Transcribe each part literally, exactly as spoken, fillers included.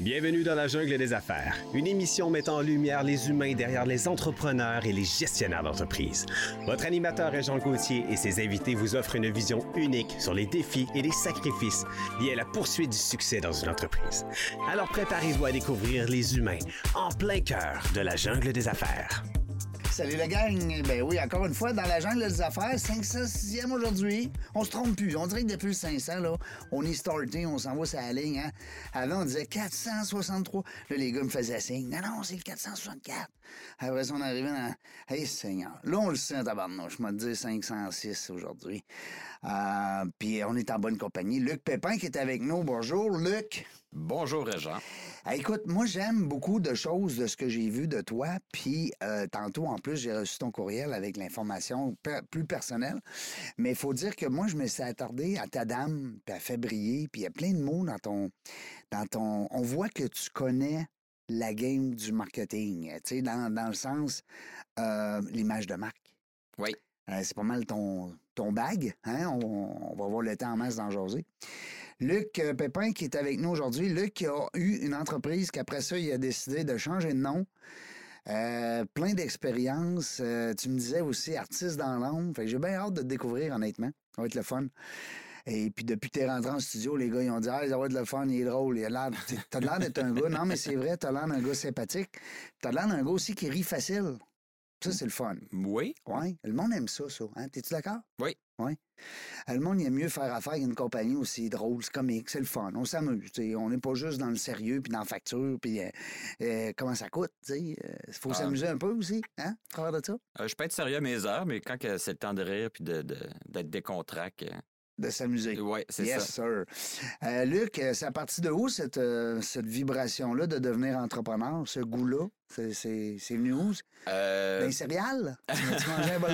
Bienvenue dans la jungle des affaires, une émission mettant en lumière les humains derrière les entrepreneurs et les gestionnaires d'entreprise. Votre animateur est Jean Gauthier et ses invités vous offrent une vision unique sur les défis et les sacrifices liés à la poursuite du succès dans une entreprise. Alors préparez-vous à découvrir les humains en plein cœur de la jungle des affaires. Salut la gang! Ben oui, encore une fois, dans la jungle des affaires, cinq cent sixième aujourd'hui. On se trompe plus. On dirait que depuis le cinq cents, là, on est starté, on s'en va sur la ligne. Hein? Avant, on disait quatre cent soixante-trois. Là, les gars me faisaient signe. Non, non, c'est le quatre cent soixante-quatre. Après ça, on arrivait dans... Hey, Seigneur! Là, on le sent en tabarnouche. Je m'en dis cinq cent six aujourd'hui. Euh, Puis on est en bonne compagnie. Luc Pépin qui est avec nous. Bonjour, Luc! Bonjour, Régent. Ah, écoute, moi, j'aime beaucoup de choses de ce que j'ai vu de toi. Puis, euh, tantôt, en plus, j'ai reçu ton courriel avec l'information per- plus personnelle. Mais il faut dire que moi, je me suis attardé à ta dame, puis à fait briller. Puis, il y a plein de mots dans ton, dans ton... On voit que tu connais la game du marketing. Tu sais, dans, dans le sens, euh, l'image de marque. Oui. Euh, c'est pas mal ton, ton bag. Hein? On, on va avoir le temps en masse d'en jaser. Luc euh, Pépin qui est avec nous aujourd'hui. Luc a eu une entreprise qu'après ça, il a décidé de changer de nom. Euh, plein d'expériences. Euh, tu me disais aussi artiste dans l'ombre. Fait que j'ai bien hâte de te découvrir, honnêtement. Ça va être le fun. Et puis depuis que t'es rentré en studio, les gars, ils ont dit « Ah, ça va être le fun, il est drôle, il a l'air... » T'as l'air d'être un gars. Non, mais c'est vrai, t'as l'air d'un gars sympathique. T'as l'air d'un gars aussi qui rit facile. Ça, c'est le fun. Oui. Oui. Le monde aime ça, ça. Hein? T'es-tu d'accord? Oui. Oui. Le monde, il aime mieux faire affaire avec une compagnie aussi drôle, c'est comique, c'est le fun. On s'amuse. T'sais. On n'est pas juste dans le sérieux, puis dans la facture, puis euh, euh, comment ça coûte. Il euh, faut ah. s'amuser un peu aussi, hein, à travers de ça. Euh, je peux être sérieux à mes heures, mais quand que c'est le temps de rire puis de, de, d'être décontracté... Euh... De s'amuser. Oui, c'est yes, ça. Yes, sir. Euh, Luc, c'est à partir de où cette, euh, cette vibration-là de devenir entrepreneur, ce goût-là? C'est, c'est, c'est venu où? Euh... Dans les céréales? Tu m'as-tu mangé un bol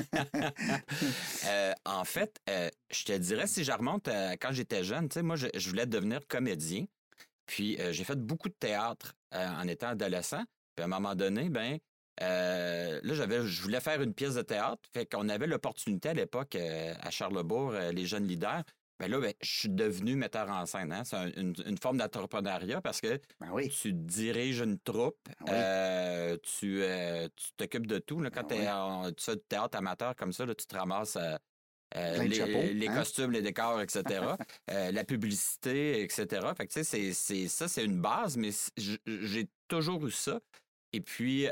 de... euh, En fait, euh, je te dirais, si je remonte à quand j'étais jeune, tu sais, moi, je, je voulais devenir comédien. Puis, euh, j'ai fait beaucoup de théâtre euh, en étant adolescent. Puis, à un moment donné, ben Euh, là, j'avais, je voulais faire une pièce de théâtre. Fait qu'on avait l'opportunité à l'époque euh, à Charlesbourg, euh, les jeunes leaders. Ben là, ben, je suis devenu metteur en scène. Hein? C'est un, une, une forme d'entrepreneuriat parce que ben oui. tu diriges une troupe, ben oui. euh, tu, euh, tu t'occupes de tout. Là, quand ben tu es en tu théâtre amateur comme ça, là, tu te ramasses euh, euh, les, chapeaux, les hein? costumes, les décors, et cetera euh, la publicité, et cetera. Fait que, tu sais, c'est, c'est, ça, c'est une base, mais j'ai toujours eu ça. Et puis,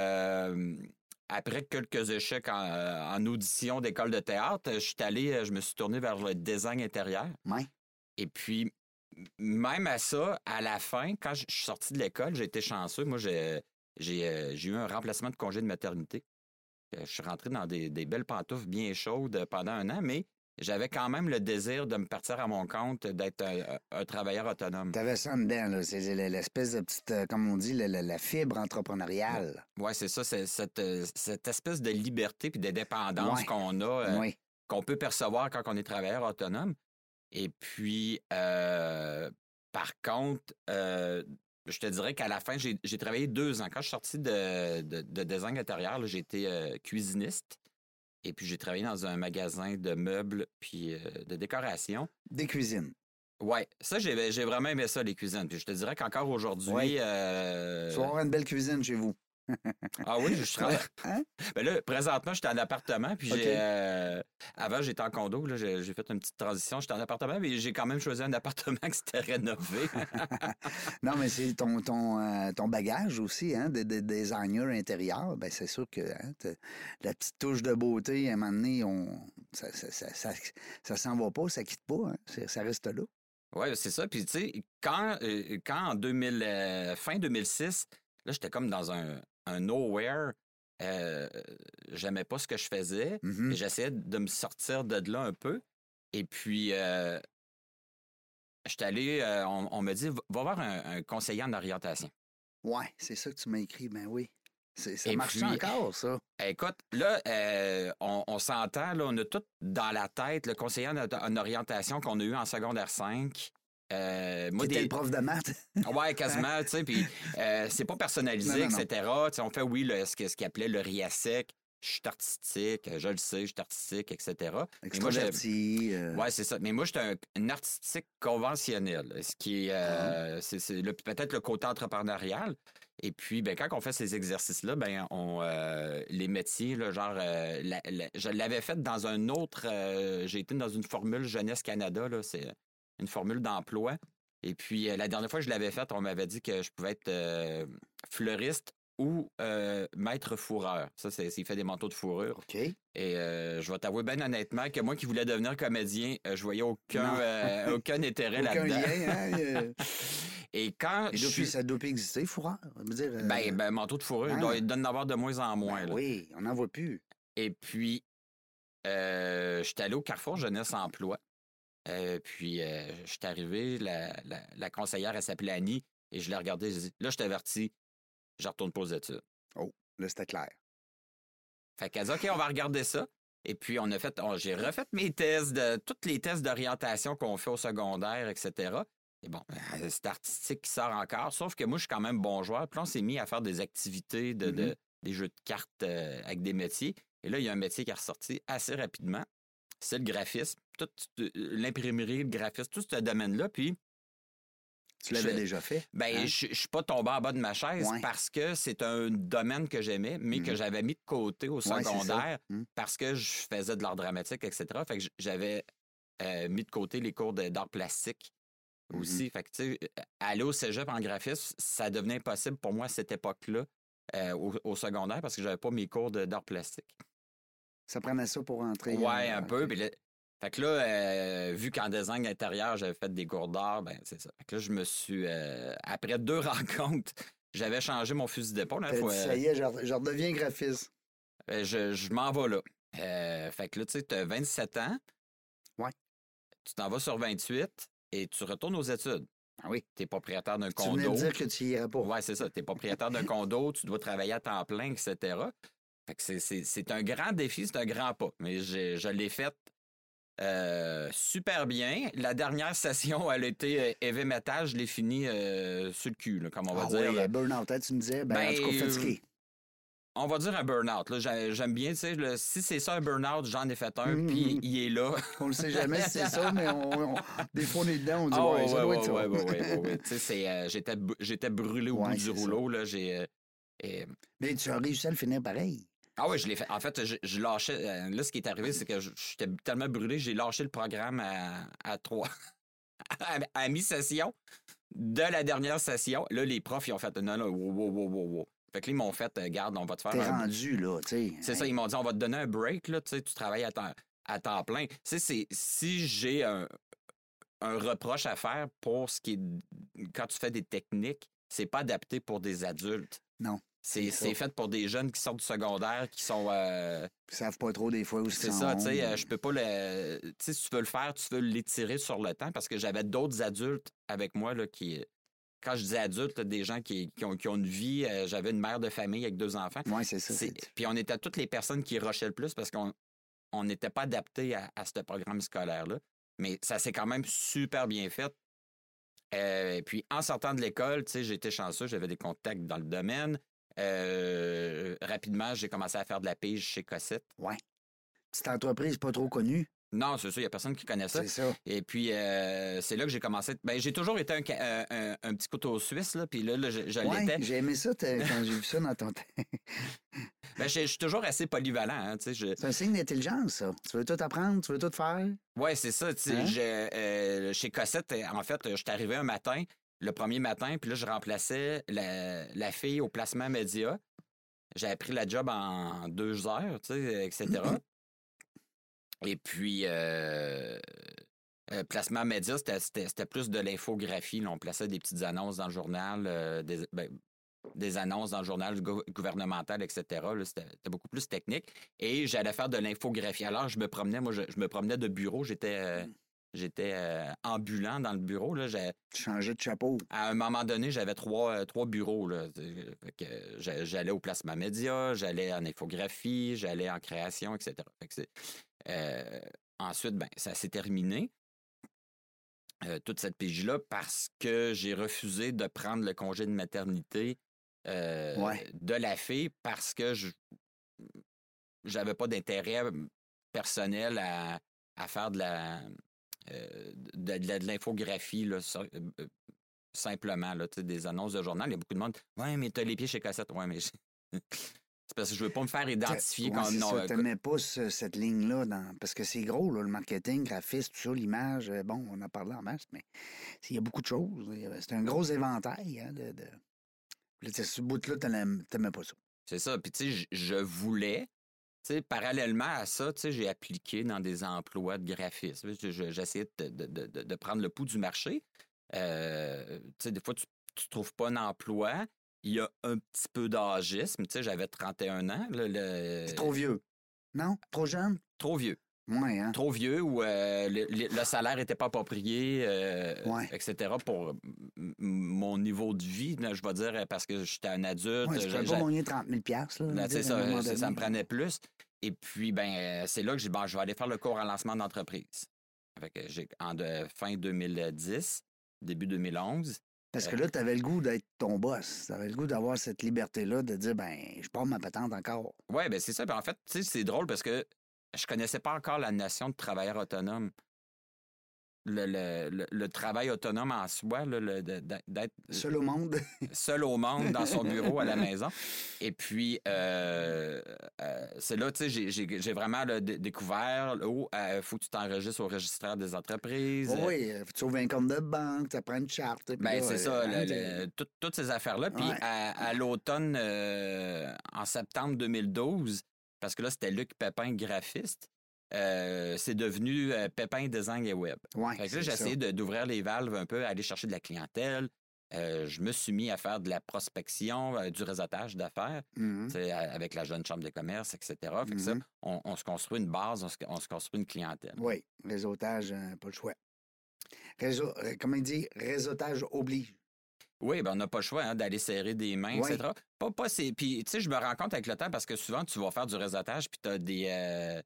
euh, après quelques échecs en, en audition d'école de théâtre, je suis allé, je me suis tourné vers le design intérieur. Ouais. Et puis, même à ça, à la fin, quand je suis sorti de l'école, j'ai été chanceux. Moi, j'ai, j'ai, j'ai eu un remplacement de congé de maternité. Je suis rentré dans des, des belles pantoufles bien chaudes pendant un an, mais j'avais quand même le désir de me partir à mon compte, d'être un, un travailleur autonome. T'avais ça en dedans, là. C'est l'espèce de petite, comme on dit, la, la, la fibre entrepreneuriale. Oui, ouais, c'est ça. C'est cette, cette espèce de liberté puis d'indépendance ouais. qu'on a, euh, ouais. qu'on peut percevoir quand on est travailleur autonome. Et puis, euh, par contre, euh, je te dirais qu'à la fin, j'ai, j'ai travaillé deux ans. Quand je suis sorti de, de, de design intérieur, là, j'ai été euh, cuisiniste. Et puis, j'ai travaillé dans un magasin de meubles puis euh, de décoration. Des cuisines. Oui, ça, j'ai, j'ai vraiment aimé ça, les cuisines. Puis je te dirais qu'encore aujourd'hui... Ouais. Euh... Tu vas avoir une belle cuisine chez vous. Ah oui, je suis en... hein? Ben là, présentement, j'étais en appartement, puis okay. j'ai... Euh... Avant, j'étais en condo, là, j'ai, j'ai fait une petite transition. J'étais en appartement, mais j'ai quand même choisi un appartement qui s'était rénové. Non, mais c'est ton, ton, euh, ton bagage aussi, hein, de, de designer intérieur. Ben c'est sûr que hein, la petite touche de beauté, à un moment donné, on... ça, ça, ça, ça, ça s'en va pas, ça quitte pas, hein, ça reste là. Oui, c'est ça. Puis, tu sais, quand, euh, quand en deux mille, euh, fin deux mille six, là, j'étais comme dans un, un nowhere. Euh, j'aimais pas ce que je faisais. Mm-hmm. Et j'essayais de me sortir de là un peu. Et puis, euh, j'étais allé, euh, on, on me dit, va voir un, un conseiller en orientation. Oui, c'est ça que tu m'as écrit, ben oui. C'est, ça et marche puis, encore, ça? Écoute, là, euh, on, on s'entend, là, on a tout dans la tête le conseiller en, en orientation qu'on a eu en secondaire cinq. Euh, moi, Qui était des... le prof de maths. Ouais, quasiment, tu sais, puis euh, c'est pas personnalisé, non, non, non. et cetera. T'sais, on fait, oui, le, ce, ce qu'ils appelait le riasec. je suis artistique, je le sais, je suis artistique, et cetera. Extraverti. Euh... Oui, c'est ça. Mais moi, j'étais un, un artistique conventionnel, ce qui est, euh, ah. c'est, c'est le, peut-être le côté entrepreneurial. Et puis, ben, quand on fait ces exercices-là, ben, on euh, les métiers, là, genre, euh, la, la, je l'avais fait dans un autre. Euh, j'ai été dans une formule Jeunesse Canada, là, c'est une formule d'emploi. Et puis, euh, la dernière fois que je l'avais faite, on m'avait dit que je pouvais être euh, fleuriste ou euh, maître fourreur. Ça, c'est s'il fait des manteaux de fourrure. OK. Et euh, je vais t'avouer bien honnêtement que moi qui voulais devenir comédien, euh, je voyais aucun, euh, aucun intérêt aucun là-dedans. Lien, hein? Et quand Et je depuis, suis... ça doit plus exister, fourreur. Dire, euh... Ben, ben, manteau de fourrure, ah. il doit en avoir de moins en moins. Ben là. Oui, on n'en voit plus. Et puis, euh, j'étais allé au Carrefour Jeunesse Emploi. Euh, puis, euh, je suis arrivé, la, la, la conseillère, elle s'appelait Annie, et je l'ai regardée, j'ai dit, là, je t'avertis, je retourne pas aux études. Oh, là, c'était clair. Fait qu'elle dit, OK, on va regarder ça. Et puis, on a fait, on, j'ai refait mes tests, de, tous les tests d'orientation qu'on fait au secondaire, et cetera. Et bon, c'est artistique qui sort encore, sauf que moi, je suis quand même bon joueur. Puis là, on s'est mis à faire des activités, de, mm-hmm. de, des jeux de cartes euh, avec des métiers. Et là, il y a un métier qui est ressorti assez rapidement. C'est le graphisme, tout, l'imprimerie, le graphisme, tout ce domaine-là. Puis, tu l'avais je, déjà fait? Ben, hein? je, je suis pas tombé en bas de ma chaise ouais. parce que c'est un domaine que j'aimais, mais mmh. que j'avais mis de côté au secondaire ouais, mmh. parce que je faisais de l'art dramatique, et cetera. Fait que j'avais euh, mis de côté les cours de, d'art plastique aussi. Mmh. Fait que, tu sais, aller au cégep en graphisme, ça devenait impossible pour moi à cette époque-là, euh, au, au secondaire, parce que j'avais pas mes cours de, d'art plastique. Ça prenait ça pour rentrer? Ouais, euh, un peu. Puis là, fait que là, euh, vu qu'en design intérieur, j'avais fait des cours d'art, ben c'est ça. Fait que là, je me suis... Euh, après deux rencontres, j'avais changé mon fusil d'épaule. Hein, faut, ça y est, je, je redeviens graphiste. Euh, je je m'en vais là. Euh, fait que là, tu sais, tu as vingt-sept ans. Ouais. Tu t'en vas sur vingt-huit et tu retournes aux études. Ah oui. Tu es propriétaire d'un condo. Tu venais de dire que tu y irais pas. Ouais, c'est ça. Tu es propriétaire d'un condo, tu dois travailler à temps plein, et cetera. Fait que c'est, c'est, c'est un grand défi, c'est un grand pas. Mais j'ai, je l'ai fait euh, super bien. La dernière session, elle a été euh, heavy metal. Je l'ai fini euh, sur le cul, là, comme on va ah dire. Oui, le burn-out, hein, tu me disais, ben, ben en tout cas, fatigué. On va dire un burn-out. Là. J'ai, j'aime bien, tu sais, le, si c'est ça un burn-out, j'en ai fait un, mm-hmm. puis il est là. On le sait jamais si c'est ça, mais on, on, des fois, on est dedans, on dit, oh, ouais, ouais, ça doit ouais, être ça. Ouais, ouais, ouais, ouais. Tu sais, c'est, euh, j'étais, j'étais brûlé au ouais, bout du rouleau. Là, j'ai, euh, et... Mais tu as réussi à le finir pareil. Ah oui, je l'ai fait. En fait, je, je lâchais. Euh, là, ce qui est arrivé, c'est que j'étais tellement brûlé, j'ai lâché le programme à, à trois. à, à mi-session de la dernière session. Là, les profs, ils ont fait non, non, wow, wow, wow, wow, wow. Fait que là, ils m'ont fait, garde, on va te faire T'es un. rendu, là, tu sais. C'est hey. ça, ils m'ont dit, on va te donner un break, là, tu sais, tu travailles à temps, à temps plein. Tu sais, c'est, si j'ai un, un reproche à faire pour ce qui est. Quand tu fais des techniques, c'est pas adapté pour des adultes. Non. C'est, c'est fait pour des jeunes qui sortent du secondaire, qui sont... Euh... Ils savent pas trop des fois où c'est ça, tu sais, euh, je peux pas le... Tu sais, si tu veux le faire, tu veux l'étirer sur le temps, parce que j'avais d'autres adultes avec moi, là, qui... Quand je dis adultes, là, des gens qui, qui, ont, qui ont une vie, euh, j'avais une mère de famille avec deux enfants. Oui, c'est ça. C'est... Puis on était toutes les personnes qui rushaient le plus, parce qu'on on n'était pas adaptés à, à ce programme scolaire-là. Mais ça s'est quand même super bien fait. Euh, puis en sortant de l'école, tu sais, j'étais chanceux, j'avais des contacts dans le domaine. Euh, rapidement, j'ai commencé à faire de la pige chez Cossette. Oui. Petite entreprise pas trop connue. Non, c'est ça, il n'y a personne qui connaît ça. C'est ça. Et puis, euh, c'est là que j'ai commencé. Ben, j'ai toujours été un, un, un, un petit couteau suisse, là, puis là, là je, je ouais, l'étais. J'ai aimé ça quand j'ai vu ça dans ton temps. Ben, je, je suis toujours assez polyvalent. Hein, je... C'est un signe d'intelligence, ça. Tu veux tout apprendre, tu veux tout faire. Oui, c'est ça. Hein? Je, euh, chez Cossette, en fait, je suis arrivé un matin, le premier matin, puis là, je remplaçais la, la fille au placement média. J'avais pris la job en deux heures, tu sais, et cetera. Et puis, euh, euh, placement média, c'était, c'était, c'était plus de l'infographie. Là. On plaçait des petites annonces dans le journal, euh, des, ben, des annonces dans le journal go- gouvernemental, et cetera. Là, c'était, c'était beaucoup plus technique. Et j'allais faire de l'infographie. Alors, je me promenais, moi, je, je me promenais de bureau. J'étais, euh, j'étais euh, ambulant dans le bureau. Là. J'ai, tu changeais de chapeau. À un moment donné, j'avais trois, euh, trois bureaux. Là. Fait que j'allais au placement média, j'allais en infographie, j'allais en création, et cetera. Fait que c'est... Euh, ensuite, ben, ça s'est terminé, euh, toute cette P J-là, parce que j'ai refusé de prendre le congé de maternité euh, ouais. de la fille parce que je j'avais pas d'intérêt personnel à, à faire de la euh, de, de, de l'infographie là, ça, euh, simplement là, des annonces de journal. Il y a beaucoup de monde. Ouais, mais t'as les pieds chez Cassette. Ouais, mais c'est parce que je veux pas me faire identifier ouais, comme c'est non. Ça, t'aimais pas ce, cette ligne-là dans... parce que c'est gros, là, le marketing, graphisme, tout ça, l'image. Bon, on en parlé en masse, mais il y a beaucoup de choses. C'est un gros éventail. Hein, de, de... Là, ce bout-là, t'aimais pas ça. C'est ça. Puis, tu sais, je voulais, tu sais, parallèlement à ça, tu sais, j'ai appliqué dans des emplois de graphisme. J'essayais de, de, de, de prendre le pouls du marché. Euh, tu sais, des fois, tu ne trouves pas un emploi. Il y a un petit peu d'âgisme. Tu sais, j'avais trente et un ans. Le, le... C'est trop vieux. Non? Trop jeune? Trop vieux. Ouais, hein? Trop vieux ou euh, le, le salaire n'était pas approprié, euh, ouais. et cetera pour mon niveau de vie, là, je vais dire, parce que j'étais un adulte. Ouais, tu peux pas gagner trente mille piastres. Là, là, c'est ça, ça, ça me prenait plus. Et puis, ben, c'est là que j'ai dit, bon, je vais aller faire le cours en lancement d'entreprise. Fait que j'ai, en de, fin deux mille dix, début deux mille onze. Parce que là, tu avais le goût d'être ton boss. Tu avais le goût d'avoir cette liberté-là de dire, ben, je pars ma patente encore. Oui, ben c'est ça. Ben, en fait, tu sais, c'est drôle parce que je connaissais pas encore la notion de travailleur autonome. Le, le, le, le travail autonome en soi, là, le, d'être seul au monde. seul au monde, dans son bureau, à la maison. Et puis, euh, euh, c'est là, tu sais, j'ai, j'ai, j'ai vraiment là, d- découvert, il oh, euh, faut que tu t'enregistres au registraire des entreprises. Oh, oui, faut que tu ouvres un compte de banque, tu prends une charte. Ben, là, c'est ça, euh, le, le, tout, toutes ces affaires-là. Puis, ouais. à, à l'automne, euh, en septembre deux mille douze, parce que là, c'était Luc Pépin, graphiste. Euh, c'est devenu euh, Pépin Design et Web. Ouais, fait que là, j'ai essayé de, d'ouvrir les valves un peu, aller chercher de la clientèle. Euh, je me suis mis à faire de la prospection, euh, du réseautage d'affaires, mm-hmm. avec la jeune chambre de commerce, et cetera. Fait que mm-hmm. ça, on, on se construit une base, on se, on se construit une clientèle. Oui, réseautage, euh, pas le choix. Réseau, euh, comment il dit, réseautage oblige. Oui, ben on n'a pas le choix hein, d'aller serrer des mains, oui. et cetera. Pas, pas c'est... Puis, tu sais, je me rends compte avec le temps parce que souvent, tu vas faire du réseautage puis tu as des... Euh...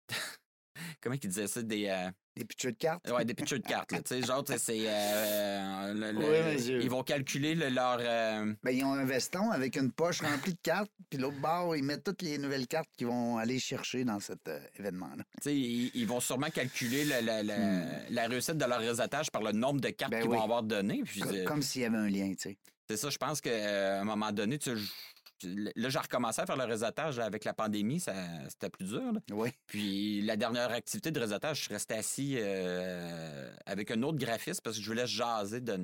Comment ils disaient ça? Des... Euh... Des pitchers de cartes? Oui, des pitchers de cartes. Tu sais, genre, c'est... Euh, le, le, oui, ils vont calculer le, leur... Euh... Ben, ils ont un veston avec une poche remplie de cartes, puis l'autre bord, ils mettent toutes les nouvelles cartes qu'ils vont aller chercher dans cet euh, événement-là. Tu sais, ils, ils vont sûrement calculer la, la, la, hmm. la réussite de leur réseautage par le nombre de cartes ben qu'ils oui. vont avoir données. Puis, comme, comme s'il y avait un lien, tu sais. C'est ça, je pense qu'à euh, un moment donné, tu sais, là, j'ai recommencé à faire le réseautage avec la pandémie, ça, c'était plus dur. Là. Oui. Puis la dernière activité de réseautage, je suis resté assis euh, avec un autre graphiste parce que je voulais jaser de...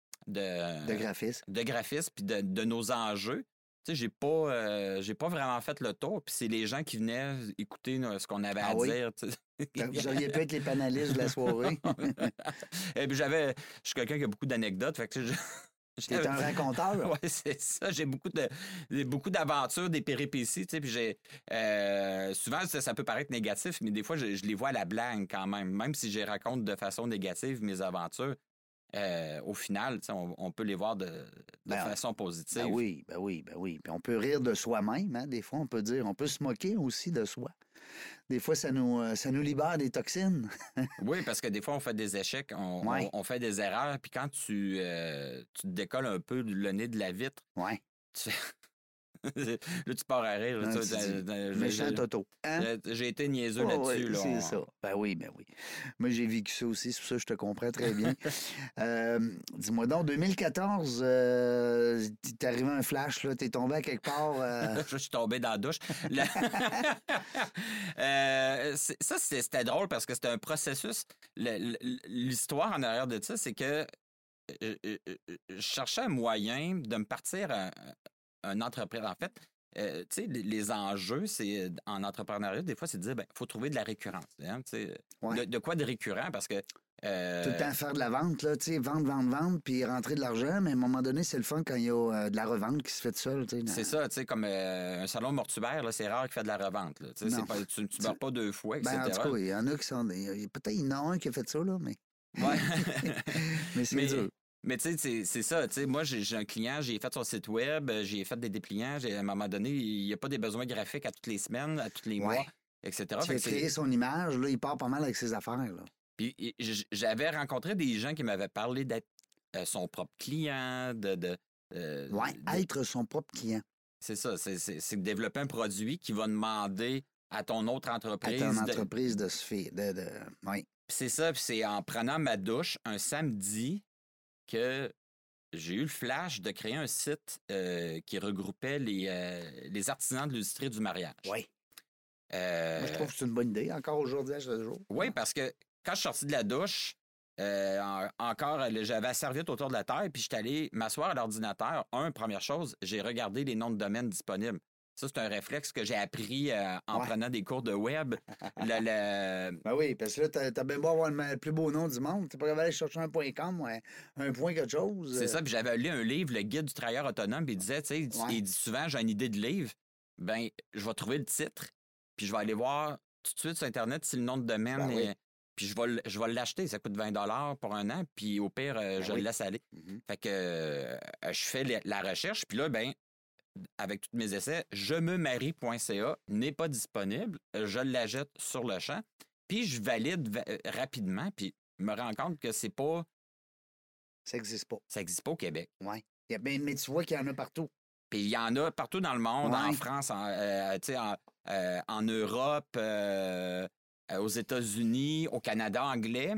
De, de graphisme. De graphisme, puis de, de nos enjeux. Tu sais, j'ai pas, euh, j'ai pas vraiment fait le tour. Puis c'est les gens qui venaient écouter ce qu'on avait ah à oui? dire. Tu sais. Vous auriez pu être les panélistes de la soirée. Et puis j'avais... Je suis quelqu'un qui a beaucoup d'anecdotes, fait que je... T'es un raconteur. Oui, c'est ça. J'ai beaucoup de beaucoup d'aventures, des péripéties, tu sais, puis j'ai euh, souvent ça, ça peut paraître négatif, mais des fois je, je les vois à la blague quand même, même si je raconte de façon négative mes aventures. Euh, au final, on, on peut les voir de, de ben, façon positive. Ben oui, ben oui, ben oui. Puis on peut rire de soi-même, hein, des fois on peut dire, on peut se moquer aussi de soi. Des fois, ça nous, ça nous libère des toxines. Oui, parce que des fois, on fait des échecs, on, ouais. on, on fait des erreurs, puis quand tu, euh, tu te décolles un peu le nez de la vitre, ouais. tu... là, tu pars à rire. Là, non, tu, tu dis, méchant Toto. Hein? J'ai été niaiseux oh, là-dessus. Oui, là, c'est on... ça. Ben oui, ben oui. Moi, j'ai vécu ça aussi, c'est pour ça que je te comprends très bien. euh, dis-moi donc, deux mille quatorze, euh, t'es arrivé un flash, là, t'es tombé à quelque part. Euh... je suis tombé dans la douche. La... euh, ça, c'était drôle parce que c'était un processus. L'histoire en arrière de ça, c'est que je, je cherchais un moyen de me partir à, une entreprise. En fait, euh, tu sais, les, les enjeux, c'est en entrepreneuriat, des fois, c'est de dire, ben, il faut trouver de la récurrence. Hein, ouais. de, de quoi de récurrent? Parce que... Euh... Tout le temps faire de la vente, là, tu sais, vendre, vendre, vendre, puis rentrer de l'argent, mais à un moment donné, c'est le fun quand il y a euh, de la revente qui se fait tout seul. Dans... C'est ça, tu sais, comme euh, un salon mortuaire, là, c'est rare qu'il fait de la revente. Là, pas, tu ne meurs pas deux fois, et cetera. Ben, en tout cas, il y en a qui sont... Peut-être il y en a un qui a fait ça, là, mais... Ouais. mais c'est dur. Mais tu sais, c'est ça. Tu sais, moi, j'ai un client, j'ai fait son site web, j'ai fait des dépliants. À un moment donné, il n'y a pas des besoins graphiques à toutes les semaines, à tous les mois, ouais. et cetera. Tu fais créer son image, là, il part pas mal avec ses affaires. Là. Puis j'avais rencontré des gens qui m'avaient parlé d'être euh, son propre client, de... de euh, oui, de... être son propre client. C'est ça, c'est développer un produit qui va demander à ton autre À entreprise. ton de- entreprise de se faire. De, de... Oui. C'est ça, puis c'est en prenant ma douche un samedi que j'ai eu le flash de créer un site euh, qui regroupait les, euh, les artisans de l'industrie du mariage. Oui. Euh, Moi, je trouve que c'est une bonne idée, encore aujourd'hui à ce jour. Oui, parce que quand je suis sorti de la douche, euh, en- encore, là, j'avais la serviette autour de la table, puis j'étais allé m'asseoir à l'ordinateur. Un, première chose, j'ai regardé les noms de domaine disponibles. Ça, c'est un réflexe que j'ai appris euh, en Ouais. prenant des cours de web. Le- le- Ben oui, parce que là, t'as, t'as bien beau avoir le, le plus beau nom du monde. T'es pas capable d'aller chercher un point .com ou un, un point quelque chose. C'est ça, puis j'avais lu un livre, Le Guide du travailleur autonome, puis il disait, tu sais, il dit- Ouais. il dit souvent, j'ai une idée de livre, ben, je vais trouver le titre, puis je vais aller voir tout de suite sur Internet si le nom de domaine Ben oui. est- Puis je vais, l- je vais l'acheter, ça coûte vingt dollars pour un an, puis au pire, euh, Ben je oui. le laisse aller. Mhm. Fait que euh, je fais la, la recherche, puis là, ben, avec tous mes essais, je me marie.ca n'est pas disponible, je l'achète sur le champ, puis je valide va- euh, rapidement, puis me rends compte que c'est pas, Ça n'existe pas. ça n'existe pas au Québec. Oui. Il y a bien, mais tu vois qu'il y en a partout. Puis il y en a partout dans le monde, Ouais. en France, en, euh, tu sais, en, euh, en Europe, euh, euh, aux États-Unis, au Canada anglais.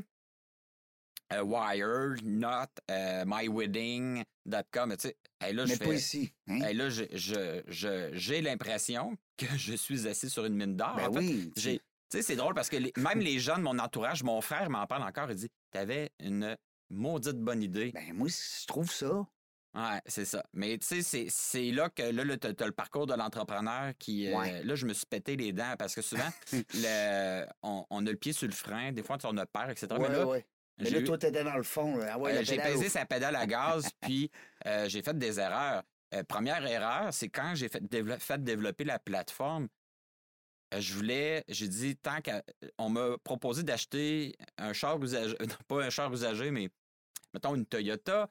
Euh, Wired, Not, euh, my wedding dot com. Tu sais, hey, là, je Mais pas fais- ici. Hein? hey, là, je- je- je- j'ai l'impression que je suis assis sur une mine d'or. Ben En fait, oui. j'ai- tu sais, c'est drôle parce que les- même les gens de mon entourage, mon frère m'en parle encore, il dit « T'avais une maudite bonne idée. Ben moi, je trouve ça. Ouais, c'est ça. Mais tu sais, c'est- c'est là que là, là, t'as, t'as le parcours de l'entrepreneur qui. euh, Ouais. Là, je me suis pété les dents parce que souvent, le, on, on a le pied sur le frein, des fois, on a peur, et cetera. Ouais, mais là, ouais. Mais j'ai là, eu- toi, t'étais dans le fond. Là. Ah ouais, euh, la j'ai pédale pesé au- sa pédale à gaz, puis euh, j'ai fait des erreurs. Euh, première erreur, c'est quand j'ai fait, dévelop- fait développer la plateforme. euh, Je voulais, j'ai dit, tant qu'on m'a proposé d'acheter un char usagé, non, pas un char usagé, mais mettons une Toyota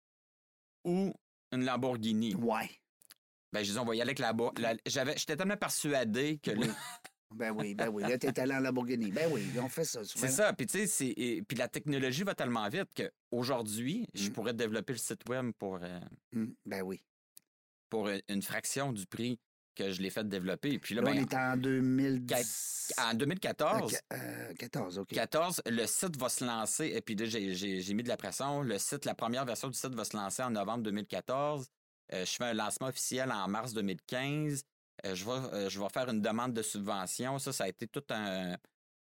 ou une Lamborghini. Ouais. Ben, je dis, on va y aller avec la... bo- la- j'avais, j'étais tellement persuadé que... Oui. là- Ben oui, ben oui. Là, t'es allé en Lamborghini. Ben oui, on fait ça souvent. c'est ça. Puis, tu sais, c'est, et- puis la technologie va tellement vite qu'aujourd'hui, je Mm. pourrais développer le site web pour, euh, Hum, Ben oui. pour une fraction du prix que je l'ai fait développer. Et puis là, Là, on ben, est en deux mille dix. en deux mille quatorze, Ok, euh, quatorze, OK. quatorze, le site va se lancer. Et puis là, j'ai, j'ai- j'ai mis de la pression. Le site, la première version du site va se lancer en novembre deux mille quatorze. Euh, je fais un lancement officiel en mars deux mille quinze. Euh, je, vais, euh, je vais faire une demande de subvention. Ça, ça a été tout un...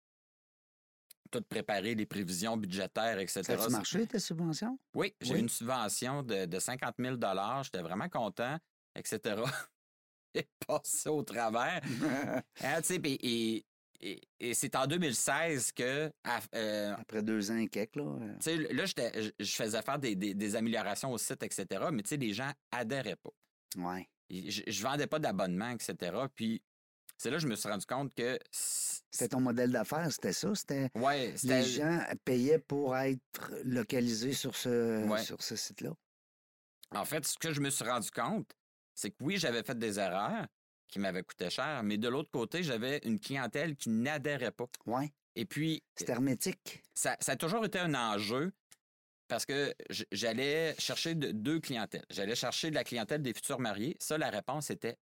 Tout préparé, les prévisions budgétaires, et cetera. Ça a marché, tes subventions? Oui, j'ai Oui. eu une subvention de, de cinquante mille dollars. J'étais vraiment content, et cetera. J'ai passé au travers. Hein, tu sais, puis- et, et, et c'est en deux mille seize que, à- euh, Après deux ans et quelques, là. euh, tu sais, là, j'étais- je je faisais faire des, des- des améliorations au site, et cetera. Mais tu sais, les gens adhéraient pas. Ouais. Et Je, je vendais pas d'abonnement, et cetera. Puis c'est là que je me suis rendu compte que, c- C'était ton modèle d'affaires, c'était ça? C'était... ouais, c'était Les gens payaient pour être localisés sur ce, Ouais. sur ce site-là. En fait, ce que je me suis rendu compte, c'est que oui, j'avais fait des erreurs qui m'avaient coûté cher, mais de l'autre côté, j'avais une clientèle qui n'adhérait pas. Ouais. Et puis, C'était hermétique. ça, ça a toujours été un enjeu parce que j- j'allais chercher de- deux clientèles. J'allais chercher de la clientèle des futurs mariés. Ça, la réponse était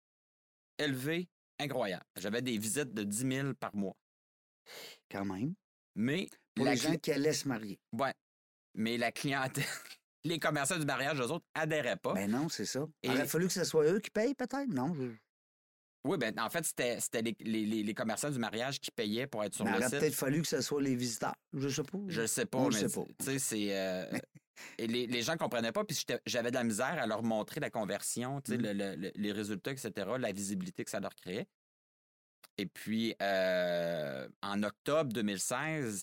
élevée, incroyable. J'avais des visites de dix mille par mois. Quand même. Mais Pour la, les gens cli- qui allaient se marier. ouais, mais la clientèle, les commerçants du mariage, eux autres, adhéraient pas. Ben non, c'est ça. Et- Il aurait fallu que ce soit eux qui payent, peut-être? Non. Je... Oui, ben en fait, c'était c'était les, les- les- les commerçants du mariage qui payaient pour être sur Mais il le aurait site. peut-être fallu que ce soit les visiteurs. Je sais pas. Je le sais pas, On le mais sait pas. tu sais, c'est... euh, et les, les gens ne comprenaient pas, puis j'étais- j'avais de la misère à leur montrer la conversion, tu sais, Mm. le- le- le- les résultats, et cetera, la visibilité que ça leur créait. Et puis, euh, en octobre deux mille seize,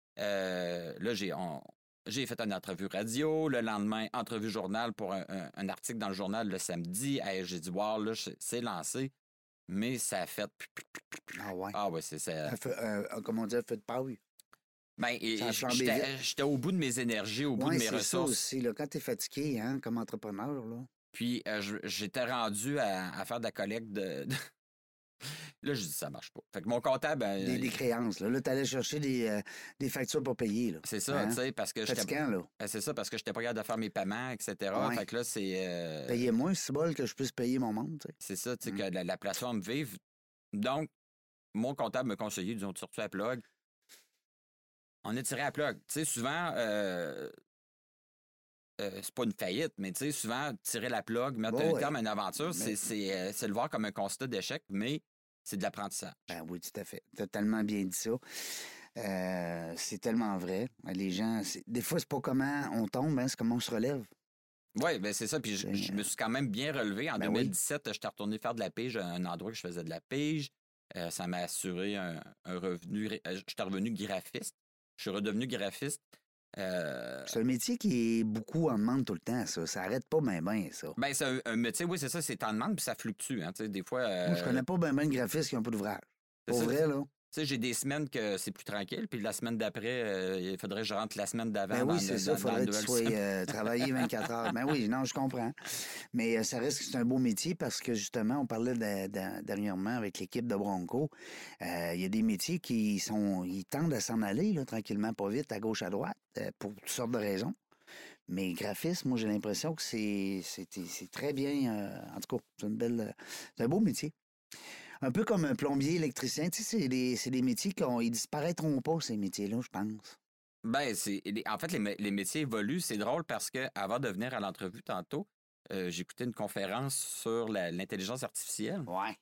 euh, là, j'ai on- j'ai fait une entrevue radio. Le lendemain, entrevue journal pour un, un- un article dans le journal le samedi. Hey, j'ai dit, wow, là, c'est- c'est lancé. Mais ça a fait... Ah ouais. Ah ouais, c'est ça. Un feu- un- comment on dit, un feu de paille. Ben, et- Ça a et flambé j'étais j'étais au bout de mes énergies, au bout Oui, de mes c'est ça ressources. aussi. Là, quand tu es fatigué, hein, comme entrepreneur, là. Puis euh, je- j'étais rendu à, à faire de la collecte de... de- Là, je dis ça marche pas. Fait que mon comptable, ben, Des, des créances. Là, là tu allais chercher des, euh, des factures pour payer. Là. c'est ça, Hein? tu sais, parce que j'étais... Fatigant, là. Ben, c'est ça, parce que j'étais pas capable de faire mes paiements, et cetera. Ouais. Fait que là, c'est... euh, Payez moins, c'est bol que je puisse payer mon monde. Tu sais. c'est ça, tu sais, Mm. que la, la plateforme vive. Donc, mon comptable me conseillait, disons, surtout à plug. On est tiré à plug. Tu sais, souvent, euh, euh, c'est pas une faillite, mais tu sais, souvent, tirer la plug, mettre Oh, un ouais. terme à une aventure, Mais- c'est, c'est, euh, c'est le voir comme un constat d'échec, mais c'est de l'apprentissage. Ben oui, tout à fait. Tu as tellement bien dit ça. Euh, c'est tellement vrai. Les gens, c'est- des fois, c'est pas comment on tombe, hein, c'est comment on se relève. Oui, ben c'est ça. Puis je, C'est- je me suis quand même bien relevé. En Ben deux mille dix-sept, j'étais retourné faire de la pige à un endroit que je faisais de la pige. Euh, ça m'a assuré un, un revenu. ré- euh, J'étais revenu graphiste. Je suis redevenu graphiste. Euh, C'est un métier qui est beaucoup en demande tout le temps, ça. Ça arrête pas bien, bien, ça. ben, c'est un, un métier, oui, c'est ça, c'est en demande, puis ça fluctue. Hein, tu sais, des fois. euh, Moi, je connais pas bien, bien de graphistes qui ont pas d'ouvrage. c'est Pour ça. vrai, là. Tu sais, j'ai des semaines que c'est plus tranquille, puis la semaine d'après, euh, il faudrait que je rentre la semaine d'avant. Ben dans oui, le- c'est ça. dans- Il dans faudrait la que tu nouvelle sois semaine. euh, travailler vingt-quatre heures. Ben oui, non, je comprends. Mais euh, ça reste que c'est un beau métier parce que, justement, on parlait de- de- dernièrement avec l'équipe de Bronco. Euh, Il y a des métiers qui sont... Ils tendent à s'en aller, là, tranquillement, pas vite, à gauche, à droite, euh, pour toutes sortes de raisons. Mais graphiste, moi, j'ai l'impression que c'est c'est c'est très bien. euh, en tout cas, c'est une belle... euh, c'est un beau métier. Un peu comme un plombier, électricien. Tu sais, c'est des, c'est des métiers qui ne disparaîtront pas, ces métiers-là, je pense. Ben, c'est. les- En fait, les, mé- les métiers évoluent. C'est drôle parce que avant de venir à l'entrevue tantôt, euh, j'écoutais une conférence sur la- l'intelligence artificielle. Ouais.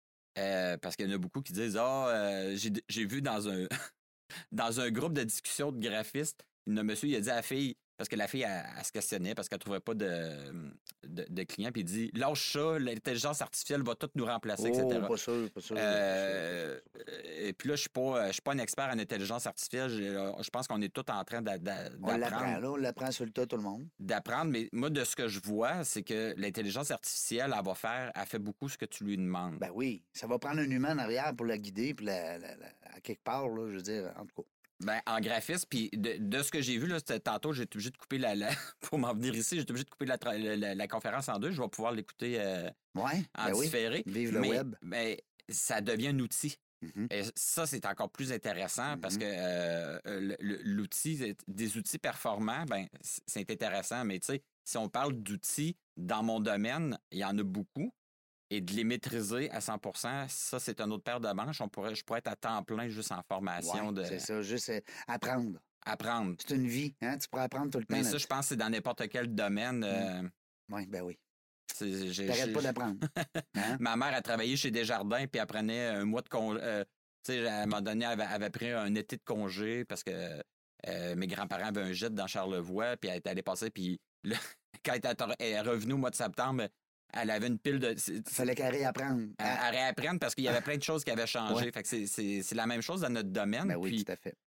Euh, parce qu'il y en a beaucoup qui disent Ah, euh, j'ai j'ai vu dans un dans un groupe de discussion de graphistes, un monsieur il a dit à la fille, parce que la fille elle, elle se questionnait parce qu'elle trouvait pas de, de, de clients, puis il dit lâche ça, l'intelligence artificielle va tout nous remplacer, Oh, et cetera. pas sûr, pas sûr. Euh, et puis là, je suis pas, je suis pas un expert en intelligence artificielle. Je, je pense qu'on est tous en train d'a- d'a- On l'apprend, d'apprendre. là, on l'apprend sur le tas, tout le monde. D'apprendre, mais moi, de ce que je vois, c'est que l'intelligence artificielle, elle va faire, elle fait beaucoup ce que tu lui demandes. Ben oui, ça va prendre un humain en arrière pour la guider, puis la, la- la- à quelque part, là, je veux dire, en tout cas. Ben, en graphisme, puis de, de ce que j'ai vu, là, c'était tantôt, j'ai été obligé de couper la, la- pour m'en venir ici, j'ai été obligé de couper la, tra- la, la- la conférence en deux. Je vais pouvoir l'écouter euh, Ouais, en ben oui. différé. Vive le mais, web. mais ça devient un outil. Mhm. Et ça, c'est encore plus intéressant parce Mhm. que euh, le- le- l'outil, des outils performants, ben, c- c'est intéressant. Mais tu sais, si on parle d'outils dans mon domaine, il y en a beaucoup. Et de les maîtriser à cent pour cent, ça, c'est une autre paire de manches. On pourrait, je pourrais être à temps plein juste en formation, Ouais, de c'est ça, juste euh, apprendre. apprendre. C'est une vie, hein, tu pourrais apprendre tout le temps. Mais ça, là-dessus. je pense que c'est dans n'importe quel domaine. euh, Oui, ben oui. c'est- j'ai- T'arrêtes j'ai- pas d'apprendre. Hein? Ma mère a travaillé chez Desjardins, puis elle prenait un mois de congé. Euh, tu sais, à un moment donné, elle avait, elle avait pris un été de congé parce que euh, mes grands-parents avaient un gîte dans Charlevoix, puis elle était allée passer, puis là, quand elle était- elle est revenue au mois de septembre, elle avait une pile de. c'est- Fallait qu'elle réapprenne. Elle, Hein? elle réapprenne parce qu'il y avait plein de choses qui avaient changé. Ouais. Fait que c'est- c'est c'est la même chose dans notre domaine. Ben oui, puis, tout à fait.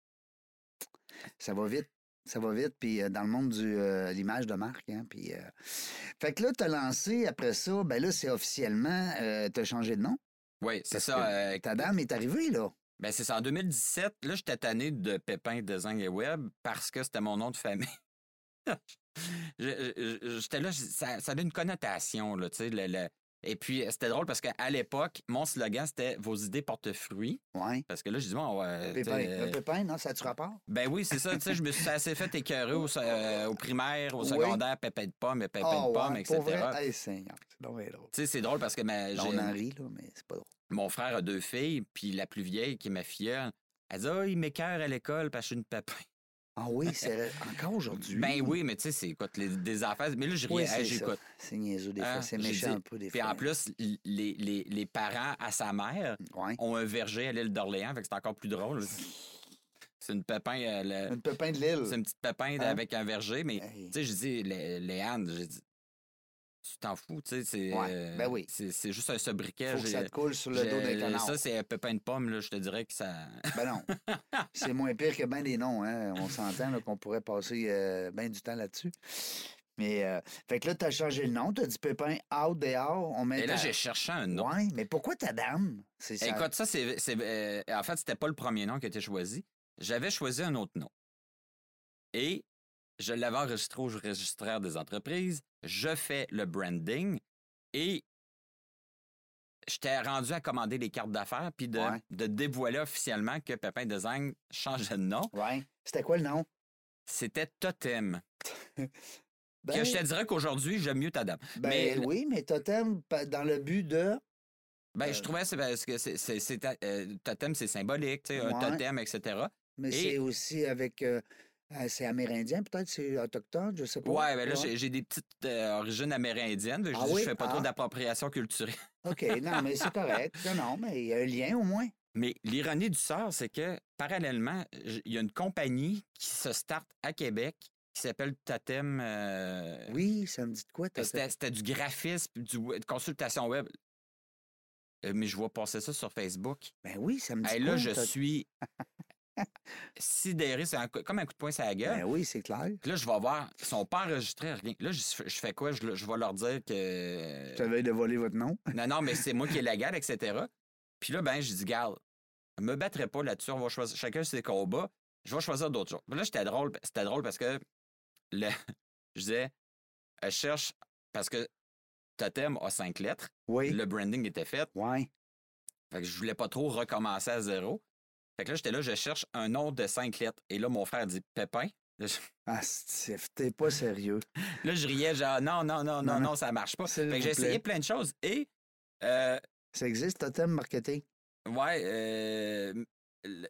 Ça va vite. Ça va vite, puis euh, dans le monde de l'image de marque. Hein, puis, euh, fait que là, tu as lancé, après ça, ben là, c'est officiellement, euh, tu as changé de nom. oui, c'est Parce ça. que euh, Ta dame est arrivée, là. ben c'est ça. En deux mille dix-sept, là, j'étais tanné de Pépin Design et Web parce que c'était mon nom de famille. Je- je- J'étais là, ça, ça a une connotation, là, tu sais. le- le- Et puis, c'était drôle parce qu'à l'époque, mon slogan, c'était « Vos idées portent fruit Oui. » parce que là, je dis bon, ouais, Pépin. tu sais, Un pépin, non, ça a-tu rapport? ben oui, c'est ça, tu sais, je me suis assez fait écœurer au, euh, au primaire, au Oui. secondaire, pépin de pomme, pépin Ah, de pomme, ouais, et cetera. pour vrai? Hey, Seigneur, c'est donc bien drôle. Tu sais, c'est drôle parce que ma- Là, j'ai- on en rit, là, mais c'est pas drôle. mon frère a deux filles, puis la plus vieille, qui est ma filleule, elle dit « Ah, il m'écœure à l'école parce que je suis une pépin. » Ah oui, c'est encore aujourd'hui. Ben oui, mais tu sais, c'est écoute, les, des affaires. Mais là, je Oui, riais, c'est hey, ça. j'écoute. C'est niaiseux des fois. Hein, C'est j'ai méchant dit- un peu des Puis fois. en plus, l- les, les, les parents à sa mère Ouais. ont un verger à l'île d'Orléans, fait que c'est encore plus drôle. C'est une pépin, euh, le- Un pépin de l'île. c'est une petite pépin Hein? avec un verger, mais Hey. tu sais, je dis, Lé- Léane, j'ai dit, tu t'en fous, tu sais, c'est Ouais, euh, ben oui. c'est c'est juste un sobriquet. Faut que j'ai- ça te coule sur le dos j'ai- d'un canard. Ça, c'est un pépin de pomme, là, je te dirais que ça. Ben non. C'est moins pire que bien des noms. Hein? On s'entend là, qu'on pourrait passer euh, bien du temps là-dessus. Mais, euh, fait que là, tu as changé le nom. Tu as dit Pépin out dehors. On met Et là, ta- j'ai cherché un nom. Ouais, mais pourquoi ta dame? C'est ça. Écoute, ça, c'est. c'est, euh, en fait, c'était pas le premier nom qui a été choisi. J'avais choisi un autre nom. Et je l'avais enregistré au registraire des entreprises. Je fais le branding et j'étais rendu à commander les cartes d'affaires puis de, Ouais. de dévoiler officiellement que Pépin Design changeait de nom. Ouais. C'était quoi le nom? C'était Totem. Ben, Que je te dirais qu'aujourd'hui, j'aime mieux ta dame. ben mais oui, mais Totem, pa- dans le but de. Ben, Euh, je trouvais c'est parce que c'est, c'est, c'est ta- euh, totem, c'est symbolique, tu sais, un Ouais. totem, et cetera. Mais Et- c'est aussi avec... euh, euh, c'est amérindien, peut-être, c'est autochtone, je sais pas. Ouais, ben là, Ouais. j'ai, j'ai des petites euh, origines amérindiennes. Je Ah dis, oui? je fais pas trop Ah. d'appropriation culturelle. OK, non, mais c'est correct. Non, non, mais il y a un lien au moins. Mais l'ironie du sort, c'est que parallèlement, j- il y a une compagnie qui se starte à Québec qui s'appelle Totem. euh, Oui, ça me dit de quoi, t'as C'était, c'était du graphisme, du we- de consultation web. Euh, mais je vois passer ça sur Facebook. Ben oui, ça me dit Hey, quoi, là, je t'as- suis sidéré. C'est un coup- comme un coup de poing sur la gueule. Ben oui, c'est clair. Puis là, je vais voir. Ils sont pas enregistrés, rien. Là, je, je fais quoi? Je, le- je vais leur dire que. Tu avais de voler votre nom. Non, non, mais c'est moi qui est légal, et cetera. Puis là, ben, je dis, garde, je me battrai pas là-dessus. On va choisir chacun ses combats. Je vais choisir d'autres choses. Puis là, j'étais drôle. C'était drôle parce que le, je disais, je cherche parce que Totem a cinq lettres. Oui. Le branding était fait. Ouais. Fait que je voulais pas trop recommencer à zéro. Fait que là, j'étais là, je cherche un nom de cinq lettres. Et là, mon frère dit Pépin. Là, je, Ah, c'est- t'es pas sérieux. là, je riais, genre, non, non, non, non, Non, non, non. ça marche pas. S'il Fait que vous j'ai essayé plaît. plein de choses. Et, euh, Ça existe, Totem Marketing? ouais, euh, le-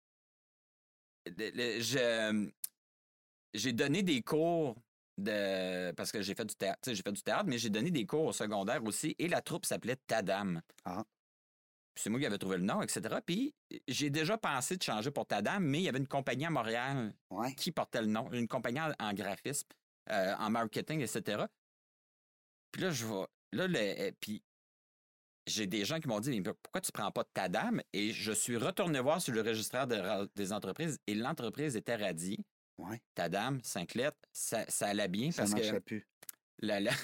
le- le- je- j'ai donné des cours de. Parce que j'ai fait du théâtre, tu sais, j'ai fait du théâtre, mais j'ai donné des cours au secondaire aussi. Et la troupe s'appelait Tadam. Ah. Puis c'est moi qui avais trouvé le nom, et cetera. Puis j'ai déjà pensé de changer pour Tadam, mais il y avait une compagnie à Montréal Ouais. qui portait le nom, une compagnie en, en graphisme, euh, en marketing, et cetera. Puis là, je vais. Là, le, euh, puis j'ai des gens qui m'ont dit, mais pourquoi tu prends pas Tadam? Et je suis retourné voir sur le registraire de ra- des entreprises et l'entreprise était radiée. Ouais. Tadam, cinq lettres, ça, ça allait bien Ça parce que marchait plus. la, la-